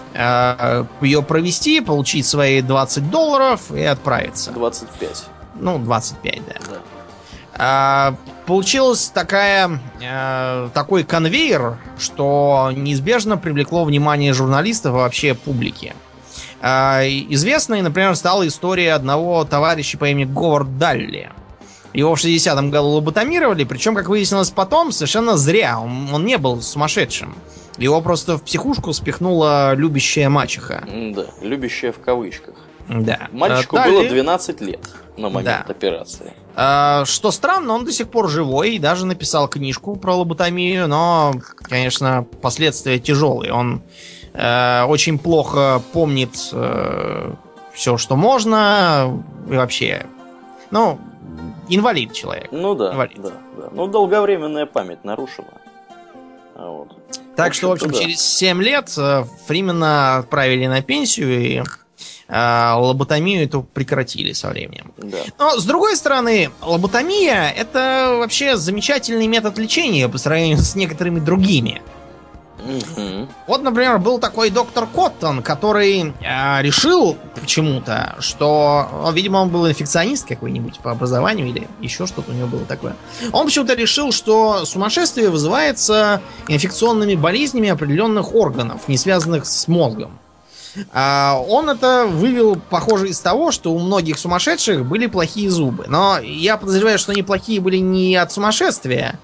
ее провести, получить свои двадцать долларов и отправиться. двадцать пять. Ну, двадцать пять, да. Да. А, получилось такая, а, такой конвейер, что неизбежно привлекло внимание журналистов и вообще публики. А, известной, например, стала история одного товарища по имени Говард Далли. Его в шестидесятом году лоботомировали, причем, как выяснилось потом, совершенно зря. Он, он не был сумасшедшим. Его просто в психушку спихнула любящая мачеха. Да, любящая в кавычках. Да. Мальчику Далли... было двенадцать лет на момент да. операции. А, что странно, он до сих пор живой и даже написал книжку про лоботомию, но, конечно, последствия тяжелые. Он э, очень плохо помнит э, все, что можно, и вообще. Ну, инвалид человек. Ну да, инвалид. да, да. Ну, долговременная память нарушена. Вот. Так в что, в общем, да. через семь лет Фримена отправили на пенсию, и э, лоботомию эту прекратили со временем. Да. Но, с другой стороны, лоботомия — это вообще замечательный метод лечения по сравнению с некоторыми другими. Угу. Вот, например, был такой доктор Коттон, который э, решил почему-то, что, ну, видимо, он был инфекционист какой-нибудь по образованию или еще что-то у него было такое. Он почему-то решил, что сумасшествие вызывается инфекционными болезнями определенных органов, не связанных с мозгом. А он это вывел, похоже, из того, что у многих сумасшедших были плохие зубы. Но я подозреваю, что они плохие были не от сумасшествия,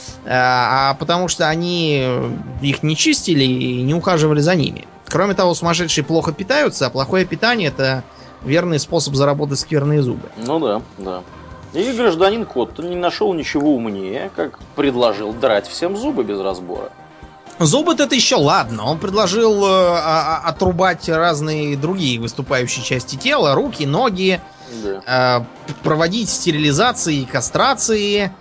а потому что они их не чистили и не ухаживали за ними. Кроме того, сумасшедшие плохо питаются, а плохое питание — это верный способ заработать скверные зубы. Ну да, да. И гражданин Коттон не нашел ничего умнее, как предложил драть всем зубы без разбора. Зубы-то это еще ладно. Он предложил э, отрубать разные другие выступающие части тела, руки, ноги, да. э, проводить стерилизации, кастрации.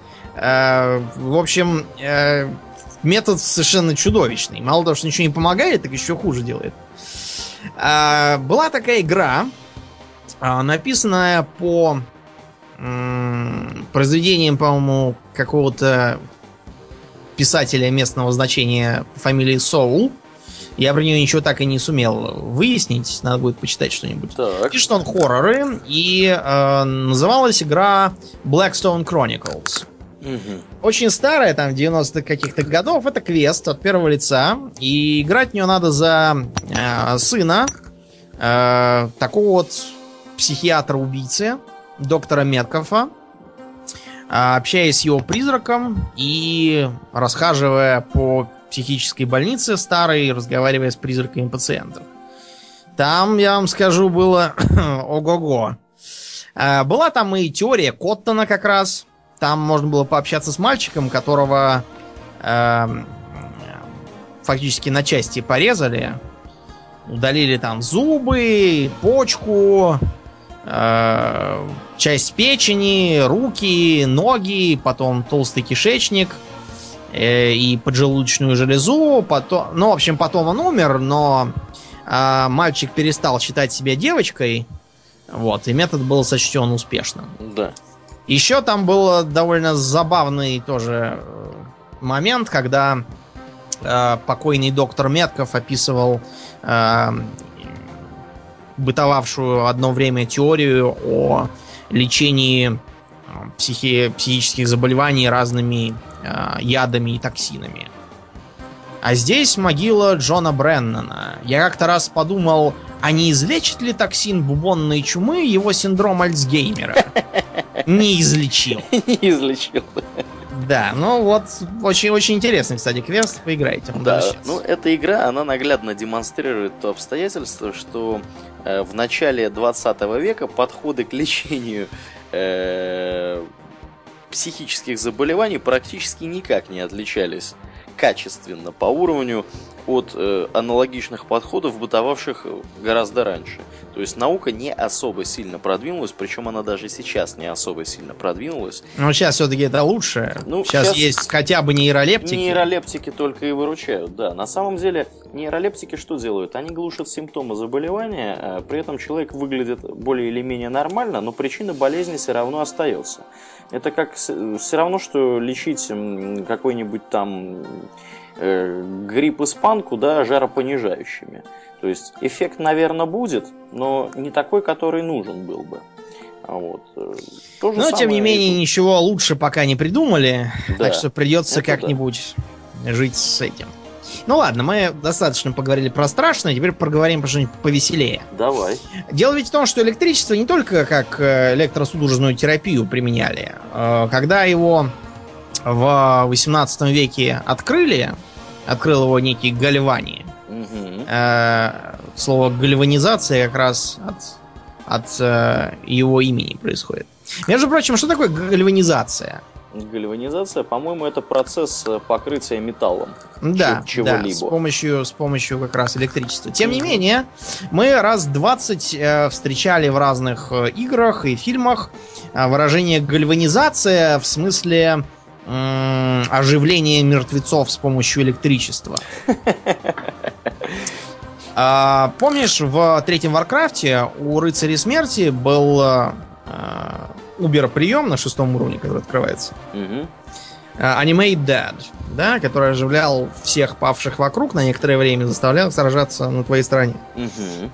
В общем, метод совершенно чудовищный. Мало того, что ничего не помогает, так еще хуже делает. Была такая игра, написанная по произведениям, по-моему, какого-то писателя местного значения по фамилии Соул. Я про нее ничего так и не сумел выяснить. Надо будет почитать что-нибудь. Так. Пишет он хорроры. И э, называлась игра Blackstone Chronicles. Угу. Очень старая, там, девяностых каких-то годов. Это квест от первого лица. И играть в нее надо за э, сына э, такого вот психиатра-убийцы, доктора Меткалфа, э, общаясь с его призраком и расхаживая по психической больнице старой, разговаривая с призраками пациентов. Там, я вам скажу, было ого-го. Э, была там и теория Коттона как раз. Там можно было пообщаться с мальчиком, которого э, фактически на части порезали. Удалили там зубы, почку, э, часть печени, руки, ноги, потом толстый кишечник э, и поджелудочную железу. Потом, ну, в общем, потом он умер, но э, мальчик перестал считать себя девочкой. Вот, и метод был сочтен успешным. Да. Еще там был довольно забавный тоже момент, когда э, покойный доктор Метков описывал э, бытовавшую одно время теорию о лечении психи- психических заболеваний разными э, ядами и токсинами. А здесь могила Джона Бреннана. Я как-то раз подумал, а не излечит ли токсин бубонной чумы его синдром Альцгеймера? Не излечил. Не излечил. Да, ну вот, очень-очень интересный, кстати, квест. Поиграйте. Да, ну эта игра, она наглядно демонстрирует то обстоятельство, что э, в начале двадцатого века подходы к лечению э, психических заболеваний практически никак не отличались качественно по уровню от э, аналогичных подходов, бытовавших гораздо раньше. То есть наука не особо сильно продвинулась, причем она даже сейчас не особо сильно продвинулась. Но сейчас все-таки это лучше. Ну, сейчас, сейчас есть хотя бы нейролептики. Нейролептики только и выручают, да. На самом деле нейролептики что делают? Они глушат симптомы заболевания, а при этом человек выглядит более или менее нормально, но причина болезни все равно остается. Это как все равно, что лечить какой-нибудь там э, грипп, испанку, да, жаропонижающими. То есть эффект, наверное, будет, но не такой, который нужен был бы. Вот. То же но, тем не менее, и... ничего лучше пока не придумали, да. Так что придется это как-нибудь да. жить с этим. Ну ладно, мы достаточно поговорили про страшное, теперь поговорим про что-нибудь повеселее. Давай. Дело ведь в том, что электричество не только как электросудорожную терапию применяли. Когда его в восемнадцатом веке открыли, открыл его некий Гальвани. Угу. Слово гальванизация как раз от, от его имени происходит. Между прочим, что такое гальванизация? Гальванизация, по-моему, это процесс покрытия металлом. Да, да, с помощью, с помощью как раз электричества. Тем не менее, мы раз двадцать э, встречали в разных э, играх и фильмах э, выражение гальванизация в смысле э, оживления мертвецов с помощью электричества. А, помнишь, в третьем Варкрафте у Рыцарей Смерти был э, Убер-прием на шестом уровне, который открывается. Uh-huh. Uh, Animate Dead, да, который оживлял всех павших вокруг на некоторое время, заставлял сражаться на твоей стороне. Uh-huh.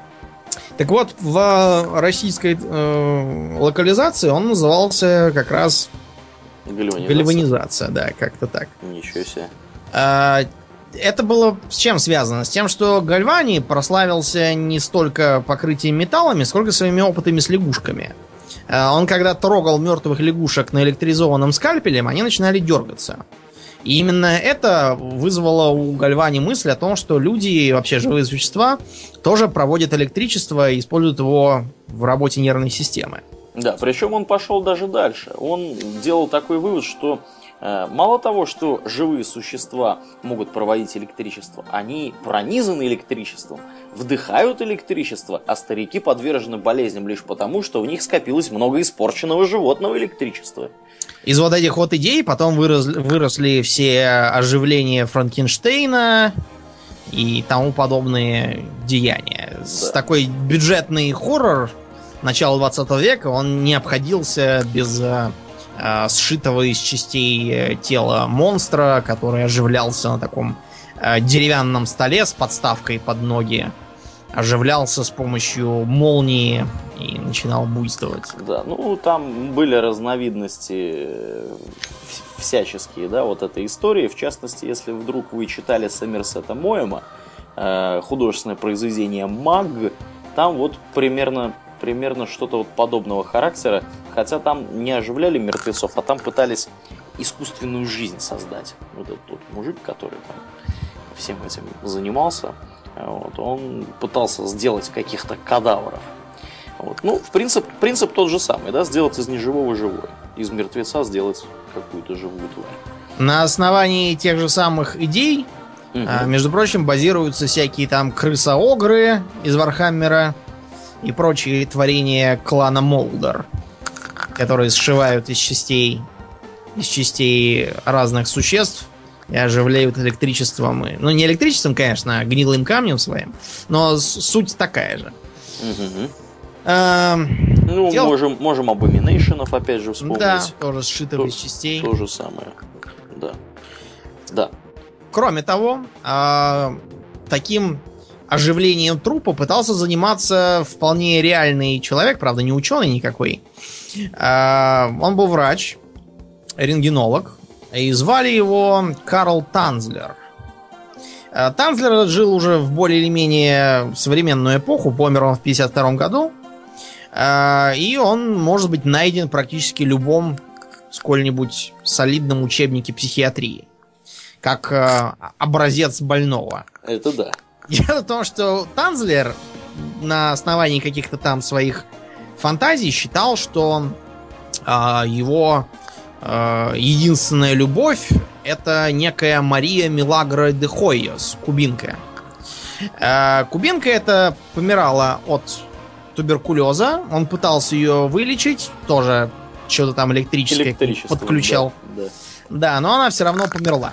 Так вот, в российской э, локализации он назывался как раз Гальванизация. Гальванизация, да, как-то так. Ничего себе. Uh, это было с чем связано? С тем, что Гальвани прославился не столько покрытием металлами, сколько своими опытами с лягушками. Он когда трогал мертвых лягушек на электризованном скальпелем, они начинали дергаться. И именно это вызвало у Гальвани мысль о том, что люди и вообще живые существа тоже проводят электричество и используют его в работе нервной системы. Да, причем он пошел даже дальше. Он делал такой вывод, что э, мало того, что живые существа могут проводить электричество, они пронизаны электричеством, вдыхают электричество, а старики подвержены болезням лишь потому, что в них скопилось много испорченного животного электричества. Из вот этих вот идей потом вырос, выросли все оживления Франкенштейна и тому подобные деяния. Да. С такой бюджетный хоррор начала двадцатого века он не обходился без э, сшитого из частей тела монстра, который оживлялся на таком э, деревянном столе с подставкой под ноги. Оживлялся с помощью молнии и начинал буйствовать. Да, ну там были разновидности всяческие, да, вот этой истории. В частности, если вдруг вы читали Сомерсета Моэма, э, художественное произведение «Маг», там вот примерно, примерно что-то вот подобного характера, хотя там не оживляли мертвецов, а там пытались искусственную жизнь создать. Вот этот вот мужик, который там всем этим занимался, вот, он пытался сделать каких-то кадавров. Вот. Ну, в принцип, принцип тот же самый, да, сделать из неживого живое. Из мертвеца сделать какую-то живую тварь. На основании тех же самых идей, угу. а, между прочим, базируются всякие там крыса-огры из Вархаммера и прочие творения клана Молдер, которые сшивают из частей, из частей разных существ и оживляют электричеством. Ну, не электричеством, конечно, а гнилым камнем своим, но суть такая же. Угу. А, ну, дел... можем, можем Abomination'ов опять же вспомнить. Да, тоже сшитых из частей. То же самое. Да. Да. Кроме того, а, таким оживлением трупа пытался заниматься вполне реальный человек, правда, не ученый никакой. А, он был врач, рентгенолог. И звали его Карл Танзлер. Танзлер жил уже в более или менее современную эпоху, помер он в пятьдесят втором году. И он может быть найден практически в любом сколь-нибудь солидном учебнике психиатрии. Как образец больного. Это да. Дело в том, что Танзлер на основании каких-то там своих фантазий считал, что его э, единственная любовь — это некая Мария Милагро де Хойос, кубинка. Э, кубинка эта помирала от туберкулеза. Он пытался ее вылечить, тоже что-то там электрическое подключал. Да, да. Да, но она все равно померла.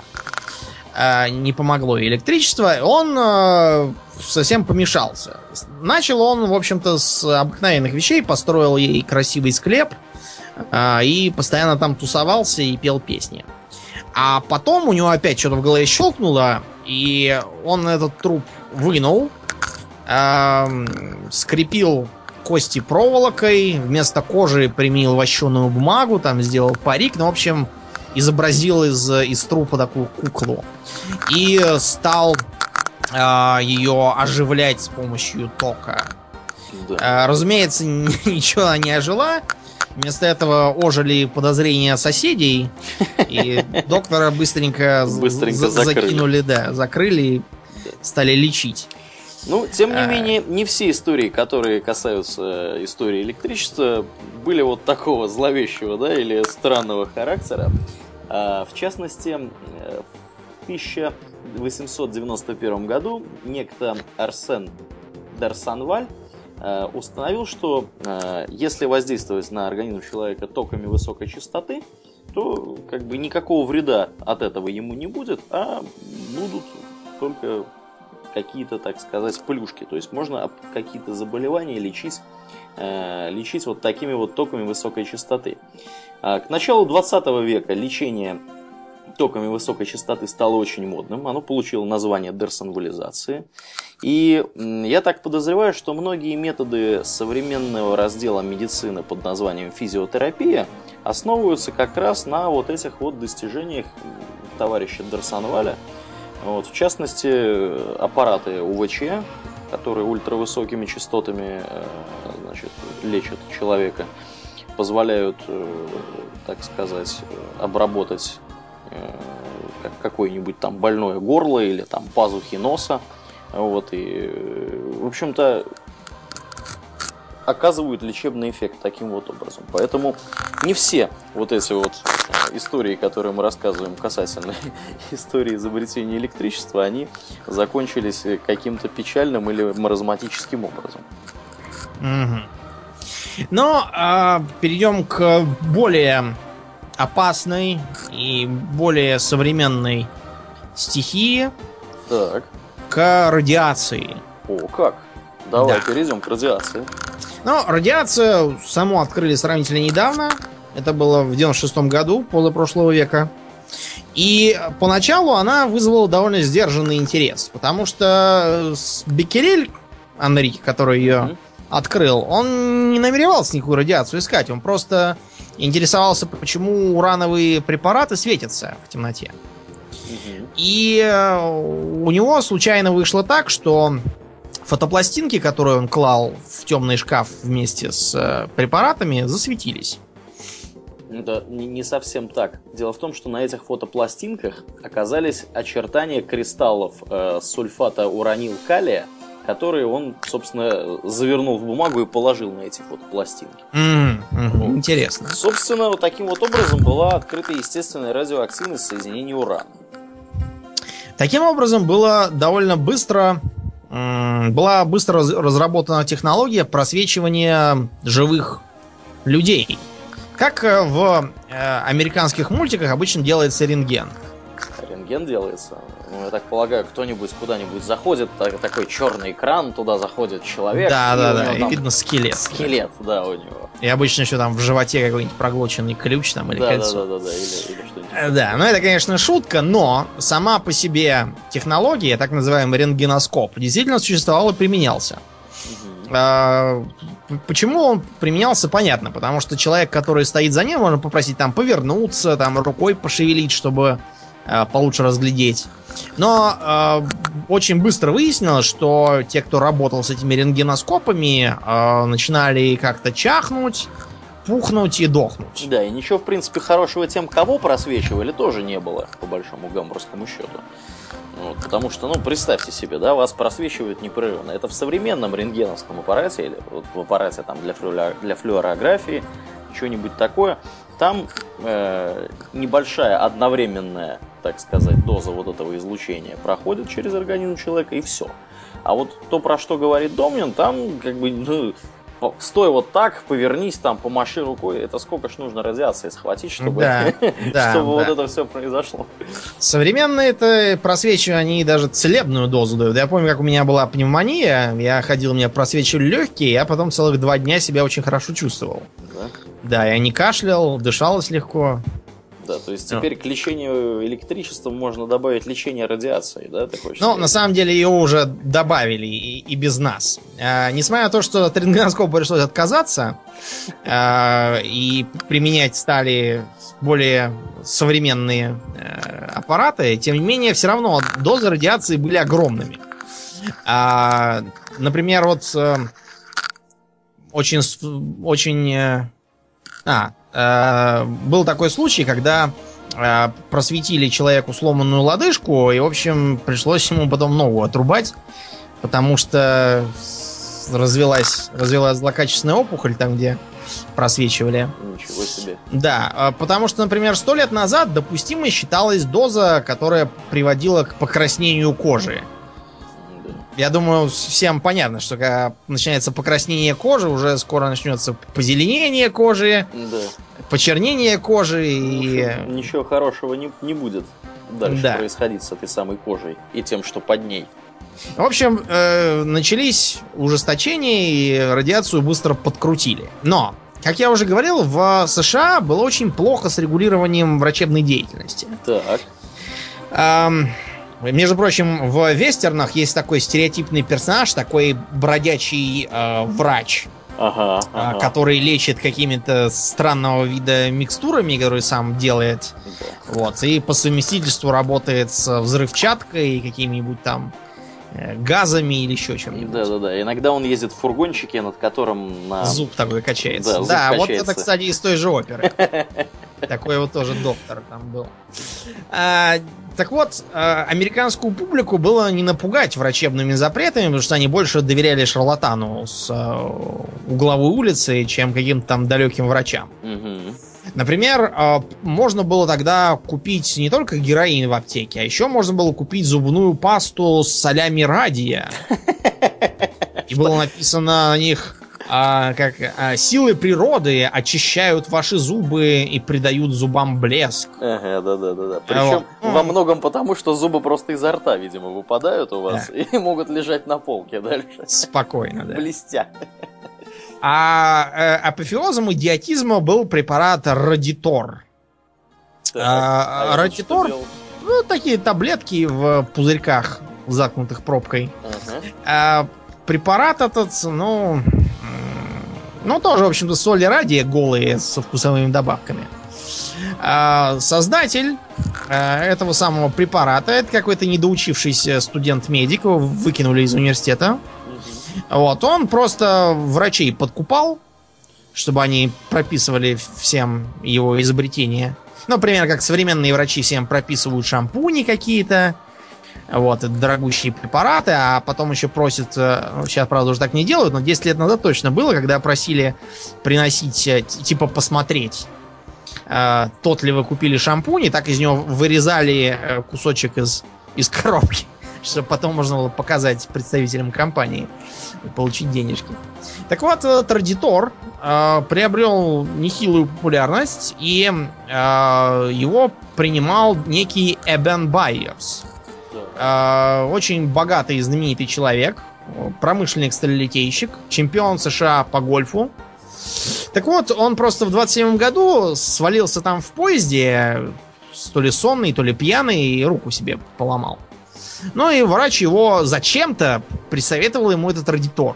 Э, не помогло ей электричество. Он э, совсем помешался. Начал он, в общем-то, с обыкновенных вещей. Построил ей красивый склеп. Э, и постоянно там тусовался и пел песни. А потом у него опять что-то в голове щелкнуло. И он этот труп вынул. Э, скрепил кости проволокой. Вместо кожи применил вощеную бумагу. Там сделал парик. Ну, в общем... изобразил из, из трупа такую куклу. И стал э, ее оживлять с помощью тока. Да. Э, разумеется, ничего она не ожила. Вместо этого ожили подозрения соседей. И доктора быстренько, быстренько закинули, да, закрыли и стали лечить. Ну, тем не а... менее, не все истории, которые касаются истории электричества, были вот такого зловещего, да, или странного характера. А, в частности, в тысяча восемьсот девяносто первом году некто Арсен Дарсанваль а, установил, что а, если воздействовать на организм человека токами высокой частоты, то как бы никакого вреда от этого ему не будет, а будут только какие-то, так сказать, плюшки. То есть можно какие-то заболевания лечить, э, лечить вот такими вот токами высокой частоты. А к началу двадцатого века лечение токами высокой частоты стало очень модным. Оно получило название дерсонвализации. И я так подозреваю, что многие методы современного раздела медицины под названием физиотерапия основываются как раз на вот этих вот достижениях товарища Дарсанваля. Вот, в частности, аппараты УВЧ, которые ультравысокими частотами, значит, лечат человека, позволяют, так сказать, обработать какое-нибудь там больное горло или там пазухи носа. Вот, и, в общем-то, оказывают лечебный эффект таким вот образом. Поэтому не все вот эти вот истории, которые мы рассказываем касательно истории изобретения электричества, они закончились каким-то печальным или маразматическим образом. Угу. Но а, перейдем к более опасной и более современной стихии. Так. К радиации. О, как? Давай да. перейдем к радиации. Ну, радиацию саму открыли сравнительно недавно. Это было в девяносто шестом году, позапрошлого века. И поначалу она вызвала довольно сдержанный интерес. Потому что Беккерель, Анри, который ее mm-hmm. открыл, он не намеревался никакую радиацию искать. Он просто интересовался, почему урановые препараты светятся в темноте. Mm-hmm. И у него случайно вышло так, что фотопластинки, которые он клал в темный шкаф вместе с препаратами, засветились. Это не совсем так. Дело в том, что на этих фотопластинках оказались очертания кристаллов э, сульфата уранил калия, которые он, собственно, завернул в бумагу и положил на эти фотопластинки. Mm-hmm. Mm-hmm. Интересно. Собственно, вот таким вот образом была открыта естественная радиоактивность соединения урана. Таким образом, было довольно быстро... была быстро разработана технология просвечивания живых людей. Как в э, американских мультиках обычно делается рентген. Рентген делается? Ну, я так полагаю, кто-нибудь куда-нибудь заходит, так, такой черный экран, туда заходит человек. Да, да, да, и видно скелет. Скелет, да. да, у него. И обычно еще там в животе какой-нибудь проглоченный ключ там или да, кольцо. Да, да, да, да, или, или что-нибудь. Да, ну это, конечно, шутка, но сама по себе технология, так называемый рентгеноскоп, действительно существовал и применялся. Угу. Почему он применялся, понятно, потому что человек, который стоит за ним, можно попросить там повернуться, там рукой пошевелить, чтобы э, получше разглядеть. Но э, очень быстро выяснилось, что те, кто работал с этими рентгеноскопами, э, начинали как-то чахнуть, пухнуть и дохнуть. Да, и ничего, в принципе, хорошего тем, кого просвечивали, тоже не было, по большому гамбургскому счету. Вот, потому что, ну, представьте себе, да, вас просвечивают непрерывно. Это в современном рентгеновском аппарате, или вот в аппарате там для, флюор... для флюорографии, что-нибудь такое. там э, небольшая одновременная, так сказать, доза вот этого излучения проходит через организм человека, и все. А вот то, про что говорит Домнин, там как бы, ну, стой вот так, повернись там, помаши рукой, это сколько ж нужно радиации схватить, чтобы, да, да, чтобы да. вот это все произошло. Современные-то просвечивания, они даже целебную дозу дают. Я помню, как у меня была пневмония, я ходил, меня просвечивали легкие, я потом целых два дня себя очень хорошо чувствовал. Да? Да, я не кашлял, дышалось легко. Да, то есть теперь к лечению электричеством можно добавить лечение радиацией, да? Ты хочешь Ну, сказать? на самом деле, ее уже добавили и, и без нас. А, несмотря на то, что от рентгеноскопа пришлось отказаться, а, и применять стали более современные а, аппараты, тем не менее, все равно дозы радиации были огромными. А, например, вот а, очень... очень а, а, был такой случай, когда просветили человеку сломанную лодыжку, и, в общем, пришлось ему потом ногу отрубать, потому что развелась, развелась злокачественная опухоль там, где просвечивали. Ничего себе. Да, потому что, например, сто лет назад допустимой считалась доза, которая приводила к покраснению кожи. Я думаю, всем понятно, что когда начинается покраснение кожи, уже скоро начнется позеленение кожи, да. почернение кожи. И... Ничего хорошего не, не будет дальше да. происходить с этой самой кожей и тем, что под ней. В общем, э, начались ужесточения, и радиацию быстро подкрутили. Но, как я уже говорил, в США было очень плохо с регулированием врачебной деятельности. Так. Эм... Между прочим, в вестернах есть такой стереотипный персонаж, такой бродячий э, врач, ага, ага. Э, который лечит какими-то странного вида микстурами, которые сам делает. Да. Вот, и по совместительству работает с взрывчаткой, какими-нибудь там э, газами или еще чем-нибудь. Да-да-да. Иногда он ездит в фургончике, над котором на... зуб такой качается. Да, да качается. Вот это, кстати, из той же оперы. Такой вот тоже доктор там был. А, так вот, а, американскую публику было не напугать врачебными запретами, потому что они больше доверяли шарлатану с а, угловой улицы, чем каким-то там далеким врачам. Угу. Например, а, можно было тогда купить не только героин в аптеке, а еще можно было купить зубную пасту с солями радия. И было написано на них... А, как а, силы природы очищают ваши зубы и придают зубам блеск. Ага, да-да-да. Причем вот. Во многом потому, что зубы просто изо рта, видимо, выпадают у вас да. и могут лежать на полке дальше. Спокойно, да. Блестя. А э, апофеозом идиотизма был препарат Радитор. Так, а, а Радитор, ну, такие таблетки в пузырьках, заткнутых пробкой. Ага. А, препарат этот, ну... Ну, тоже, в общем-то, соли радия голые со вкусовыми добавками. А, создатель а, этого самого препарата, это какой-то недоучившийся студент-медик, его выкинули из университета. Mm-hmm. Вот, он просто врачей подкупал, чтобы они прописывали всем его изобретения. Ну, например, как современные врачи всем прописывают шампуни какие-то. Вот, это дорогущие препараты, а потом еще просят, сейчас, правда, уже так не делают, но десять лет назад точно было, когда просили приносить, типа, посмотреть, тот ли вы купили шампунь, и так из него вырезали кусочек из, из коробки, чтобы потом можно было показать представителям компании и получить денежки. Так вот, Радитор приобрел нехилую популярность, и его принимал некий Эбен Байерс. Очень богатый и знаменитый человек, промышленник-сталелитейщик, чемпион США по гольфу. Так вот, он просто в двадцать седьмом году свалился там в поезде, то ли сонный, то ли пьяный, и руку себе поломал. Ну и врач его зачем-то присоветовал ему этот Радитор.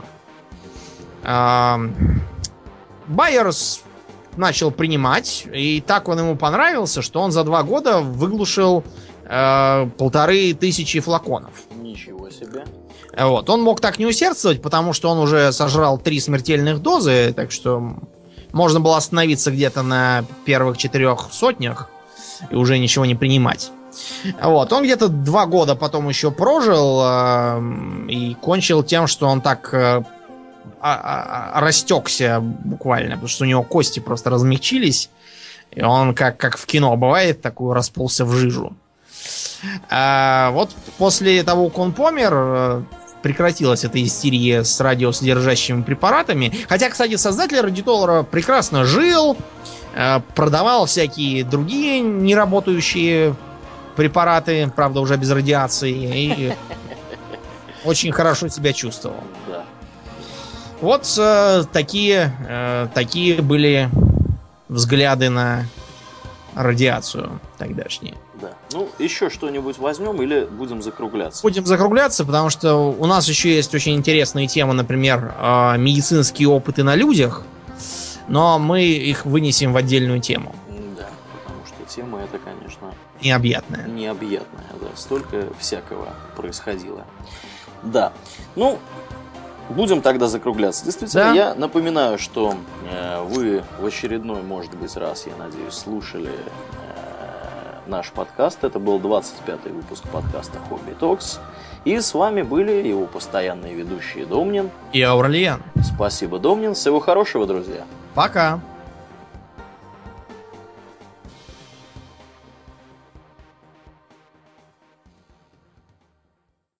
Байерс начал принимать, и так он ему понравился, что он за два года выглушил полторы тысячи флаконов. Ничего себе. Вот. Он мог так не усердствовать, потому что он уже сожрал три смертельных дозы, так что можно было остановиться где-то на первых четырех сотнях и уже ничего не принимать. Вот. Он где-то два года потом еще прожил э, и кончил тем, что он так э, растекся буквально, потому что у него кости просто размягчились. И он, как, как в кино бывает, такой расползся в жижу. А вот после того, как он помер, прекратилась эта истерия с радиосодержащими препаратами. Хотя, кстати, создатель радитолора прекрасно жил, продавал всякие другие неработающие препараты, правда, уже без радиации, и очень хорошо себя чувствовал. Да. Вот э, такие, э, такие были взгляды на радиацию тогдашние. Да. Ну, еще что-нибудь возьмем или будем закругляться? Будем закругляться, потому что у нас еще есть очень интересные темы, например, э, медицинские опыты на людях, но мы их вынесем в отдельную тему. Да, потому что тема эта, конечно, необъятная. Необъятная, да. Столько всякого происходило. Да. Ну, будем тогда закругляться. Действительно, да. Я напоминаю, что э, вы в очередной, может быть, раз, я надеюсь, слушали э, наш подкаст. Это был двадцать пятый выпуск подкаста Hobby Talks. И с вами были его постоянные ведущие Домнин и Аурельян. Спасибо, Домнин. Всего хорошего, друзья. Пока.